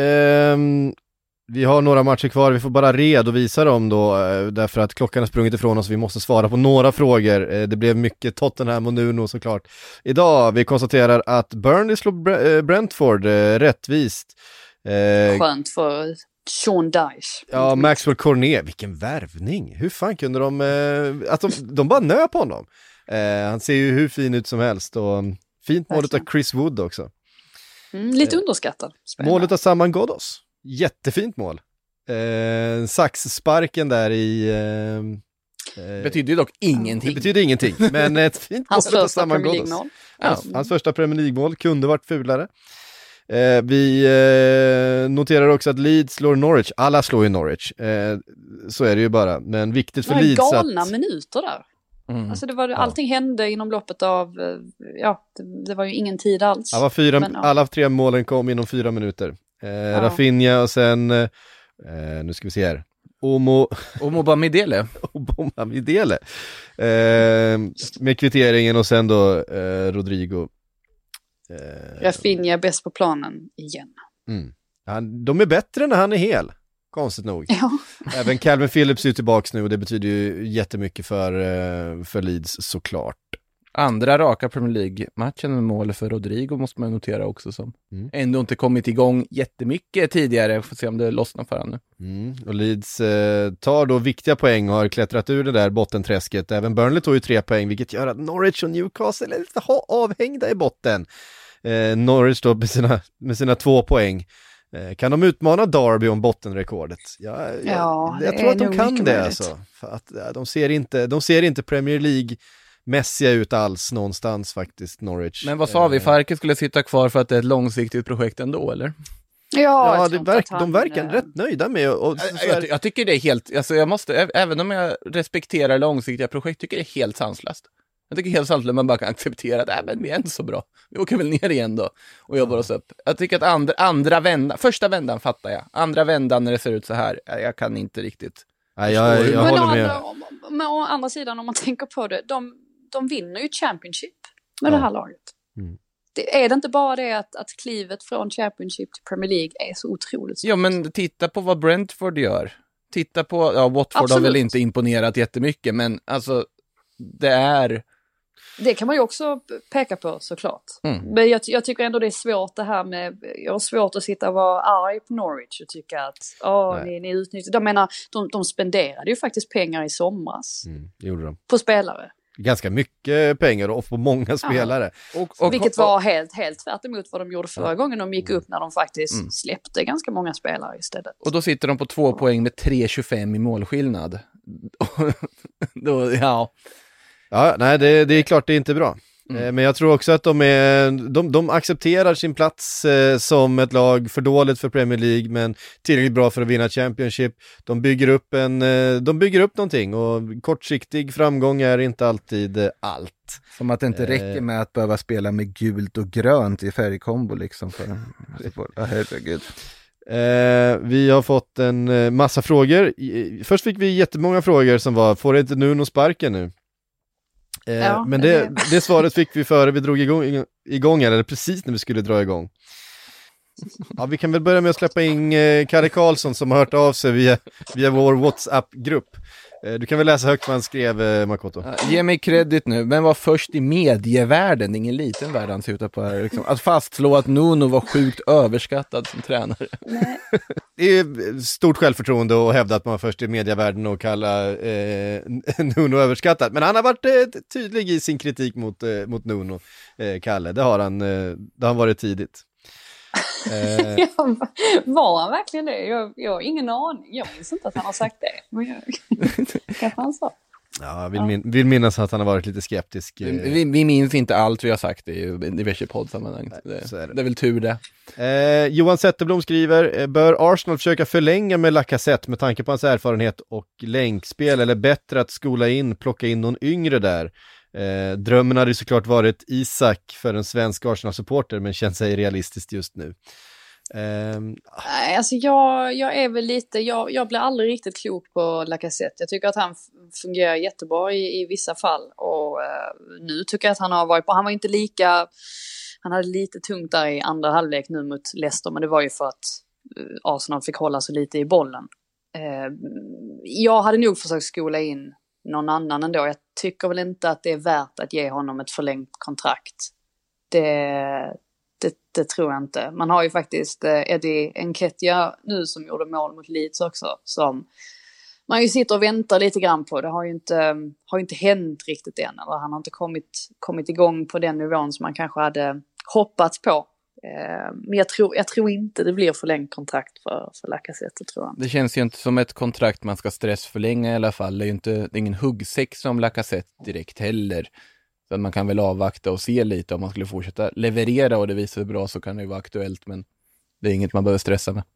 vi har några matcher kvar, vi får bara redovisa dem då, därför att klockan har sprungit ifrån oss, vi måste svara på några frågor. Det blev mycket Tottenham och Nuno såklart. Idag, vi konstaterar att Burnley slog Brentford rättvist. Skönt för Sean Dyche. Ja, Maxwell Cornet, vilken värvning. Hur fan kunde de bara nö på honom. Han ser ju hur fin ut som helst, och fint målet av Chris Wood också. Lite underskattad. Målet av Saman Ghoddos. Jättefint mål. Saxsparken där i... betyder ju dock ingenting. Det betyder ingenting, men ett fint mål av Saman Ghoddos. Hans första Premier League-mål kunde varit fulare. Vi noterar också att Leeds slår Norwich. Alla slår ju Norwich. Så är det ju bara. Men viktigt för Leeds att... galna minuter där. Alltså allting hände inom loppet av, det var ju ingen tid alls. Alla 3 målen kom inom 4 minuter. Rafinha och sen, nu ska vi se här, Omobamidele med kvitteringen, och sen då Rodrigo. Rafinha bäst på planen igen. De är bättre när han är hel. Konstigt nog. Ja. Även Calvin Phillips är tillbaka nu, och det betyder ju jättemycket för Leeds såklart. Andra raka Premier League-matchen med mål för Rodrigo måste man notera också, som ändå inte kommit igång jättemycket tidigare. Får se om det lossnar för honom nu. Och Leeds tar då viktiga poäng och har klättrat ur det där bottenträsket. Även Burnley tog ju 3 poäng, vilket gör att Norwich och Newcastle är lite avhängda i botten. Norwich då med sina 2 poäng. Kan de utmana Derby om bottenrekordet? Jag tror att de kan det alltså. För att de ser inte Premier League-mässiga ut alls någonstans faktiskt, Norwich. Men vad sa vi? Farke skulle sitta kvar för att det är ett långsiktigt projekt ändå, eller? Ja, de verkar rätt nöjda med. Jag tycker det är helt, alltså även om jag respekterar långsiktiga projekt, tycker det är helt sanslöst. Jag tycker helt sanslöst man bara kan acceptera att men vi är inte så bra. Vi åker väl ner igen då och jobbar oss upp. Jag tycker att andra vändan, första vändan fattar jag. Andra vändan när det ser ut så här, jag kan inte riktigt. Nej, jag håller med. Men å andra sidan, om man tänker på det, de vinner ju Championship med det här laget. Mm. Är det inte bara det att klivet från Championship till Premier League är så otroligt stort? Ja, men titta på vad Brentford gör. Titta på, Watford Absolut. Har väl inte imponerat jättemycket, men alltså det kan man ju också peka på såklart. Men jag tycker ändå det är svårt det här med, jag har svårt att sitta och vara arg på Norwich och tycka att ni utnyttjar. Jag menar, de spenderade ju faktiskt pengar i somras gjorde de. På spelare. Ganska mycket pengar och på många spelare. Vilket var helt tvärt emot vad de gjorde förra gången de gick upp, när de faktiskt släppte ganska många spelare istället. Och då sitter de på 2 poäng med 3,25 i målskillnad. Ja, nej, det är klart det är inte bra. Men jag tror också att de accepterar sin plats som ett lag för dåligt för Premier League, men tillräckligt bra för att vinna Championship. De bygger upp någonting, och kortsiktig framgång är inte alltid allt. Som att det inte räcker med att behöva spela med gult och grönt i färgkombo liksom. Herregud. Vi har fått en massa frågor. Först fick vi jättemånga frågor som var: får inte Nuno sparken nu? Men det svaret fick vi före vi drog igång eller precis när vi skulle dra igång. Ja, vi kan väl börja med att släppa in Kalle Karlsson som har hört av sig via vår WhatsApp-grupp. Du kan väl läsa högt vad han skrev, Makoto. Ge mig kredit nu, men var först i medievärlden, ingen liten värld han ser på här, liksom. Att fastslå att Nuno var sjukt överskattad som tränare. Det är stort självförtroende att hävda att man var först i medievärlden och kalla Nuno överskattad. Men han har varit tydlig i sin kritik mot Nuno, Kalle. Det har han varit tidigt. Var han verkligen det? Jag har ingen aning. Jag minns inte att han har sagt det. Men kanske han sa. Ja, vill minnas att han har varit lite skeptisk. Vi minns inte allt vi har sagt i diverse poddsammanhang. Det är väl tur det. Johan Zetterblom skriver: bör Arsenal försöka förlänga med Lacazette med tanke på hans erfarenhet och länkspel, eller bättre att plocka in någon yngre där? Drömmen hade ju såklart varit Isak för en svensk Arsenal-supporter, men känns sig realistiskt just nu. Alltså jag är väl lite, jag blir aldrig riktigt klok på Lacazette. Jag tycker att han fungerar jättebra i vissa fall, och nu tycker jag att han har varit på, han var inte lika, han hade lite tungt där i andra halvlek nu mot Leicester, men det var ju för att Arsenal fick hålla så lite i bollen. Jag hade nog försökt skola in någon annan ändå. Jag tycker väl inte att det är värt att ge honom ett förlängt kontrakt. Det tror jag inte. Man har ju faktiskt Eddie Nketiah nu som gjorde mål mot Leeds också, som man ju sitter och väntar lite grann på. Det har ju inte hänt riktigt än, eller han har inte kommit igång på den nivån som man kanske hade hoppats på. Men jag tror inte det blir förlängt kontrakt för Lacazette, tror jag. Det känns ju inte som ett kontrakt man ska stressförlänga i alla fall. Det är ingen huggsäck som Lacazette direkt heller. Så man kan väl avvakta och se lite om man skulle fortsätta leverera och det visar bra, så kan det ju vara aktuellt, men det är inget man behöver stressa med.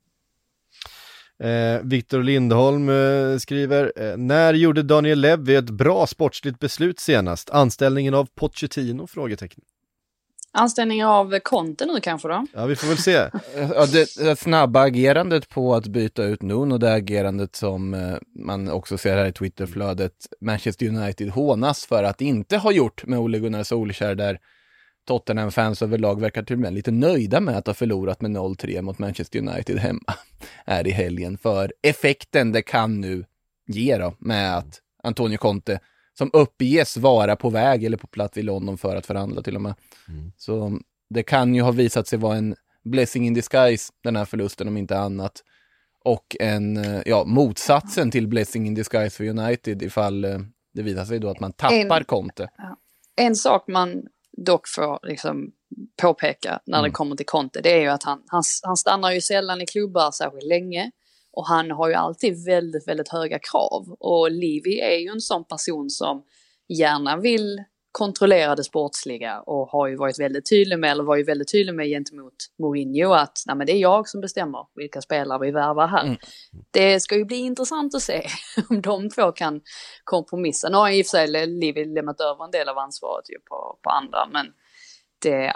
Victor Lindholm skriver: när gjorde Daniel Levy ett bra sportsligt beslut senast? Anställningen av Pochettino? Frågetecken. Anställning av Conte nu kanske då? Ja, vi får väl se. Ja, det snabba agerandet på att byta ut Nuno, det agerandet som man också ser här i Twitterflödet, Manchester United hånas för att inte ha gjort med Ole Gunnar Solskjær, där Tottenham-fans överlag verkar till och med lite nöjda med att ha förlorat med 0-3 mot Manchester United hemma här i helgen, för effekten det kan nu ge då, med att Antonio Conte, som uppges vara på väg eller på plats i London för att förhandla till och med. Så det kan ju ha visat sig vara en blessing in disguise, den här förlusten om inte annat. Och motsatsen till blessing in disguise för United ifall det visar sig då att man tappar Conte. En sak man dock får liksom påpeka när det kommer till Conte, det är ju att han stannar ju sällan i klubbar särskilt länge. Och han har ju alltid väldigt, väldigt höga krav. Och Levy är ju en sån person som gärna vill kontrollerade sportsliga och har ju varit väldigt tydlig med, eller var ju väldigt tydlig med gentemot Mourinho att nej, men det är jag som bestämmer vilka spelare vi värvar här. Det ska ju bli intressant att se om de två kan kompromissa. Nu har i och för sig Livi lämnat över en del av ansvaret ju på andra, men det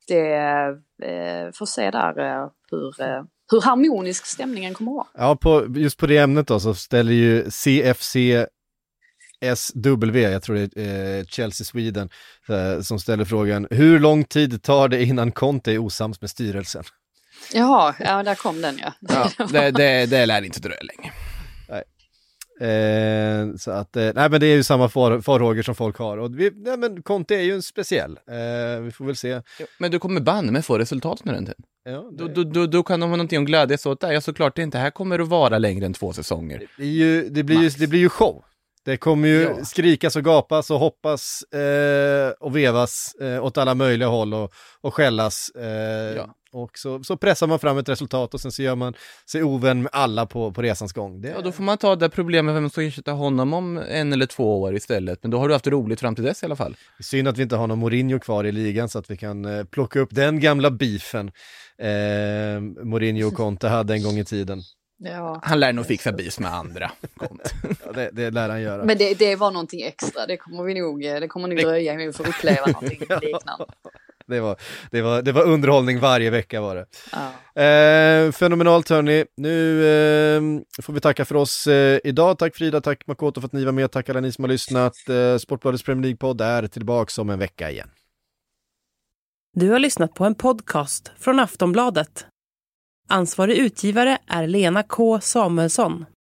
får se där hur harmonisk stämningen kommer att vara. Ja, just på det ämnet då så ställer ju CFC SW, jag tror det är Chelsea Sweden, som ställer frågan: hur lång tid tar det innan Conte är osams med styrelsen? Ja, där kom den Det lär inte dröja länge. Nej. Så att, nej men det är ju samma farhågor som folk har. Och men Conte är ju en speciell. Vi får väl se. Men du kommer banne med få resultat med den tiden. Ja, då kan de ha någonting att glädjas åt där. Ja, såklart det inte här kommer att vara längre än 2 säsonger. Det blir ju show. Det kommer ju skrikas och gapas och hoppas och vevas åt alla möjliga håll och skällas. Och så pressar man fram ett resultat och sen så gör man sig ovän med alla på resans gång. Då får man ta det problemet vem som ska ersätta honom om 1 eller 2 år istället. Men då har du haft roligt fram till dess i alla fall. Det är synd att vi inte har någon Mourinho kvar i ligan så att vi kan plocka upp den gamla beefen Mourinho och Conte hade en gång i tiden. Ja. Han lär nog fixa bis med andra. Ja, det lär han göra. Men det var någonting extra. Det kommer nog dröja innan vi får uppleva någonting liknande. Det var underhållning varje vecka var det. Ja. Fenomenalt hörni. Nu får vi tacka för oss idag. Tack Frida, tack Makoto för att ni var med. Tack alla ni som har lyssnat. Sportbladets Premier League-podd är tillbaka om en vecka igen. Du har lyssnat på en podcast från Aftonbladet. Ansvarig utgivare är Lena K. Samuelsson.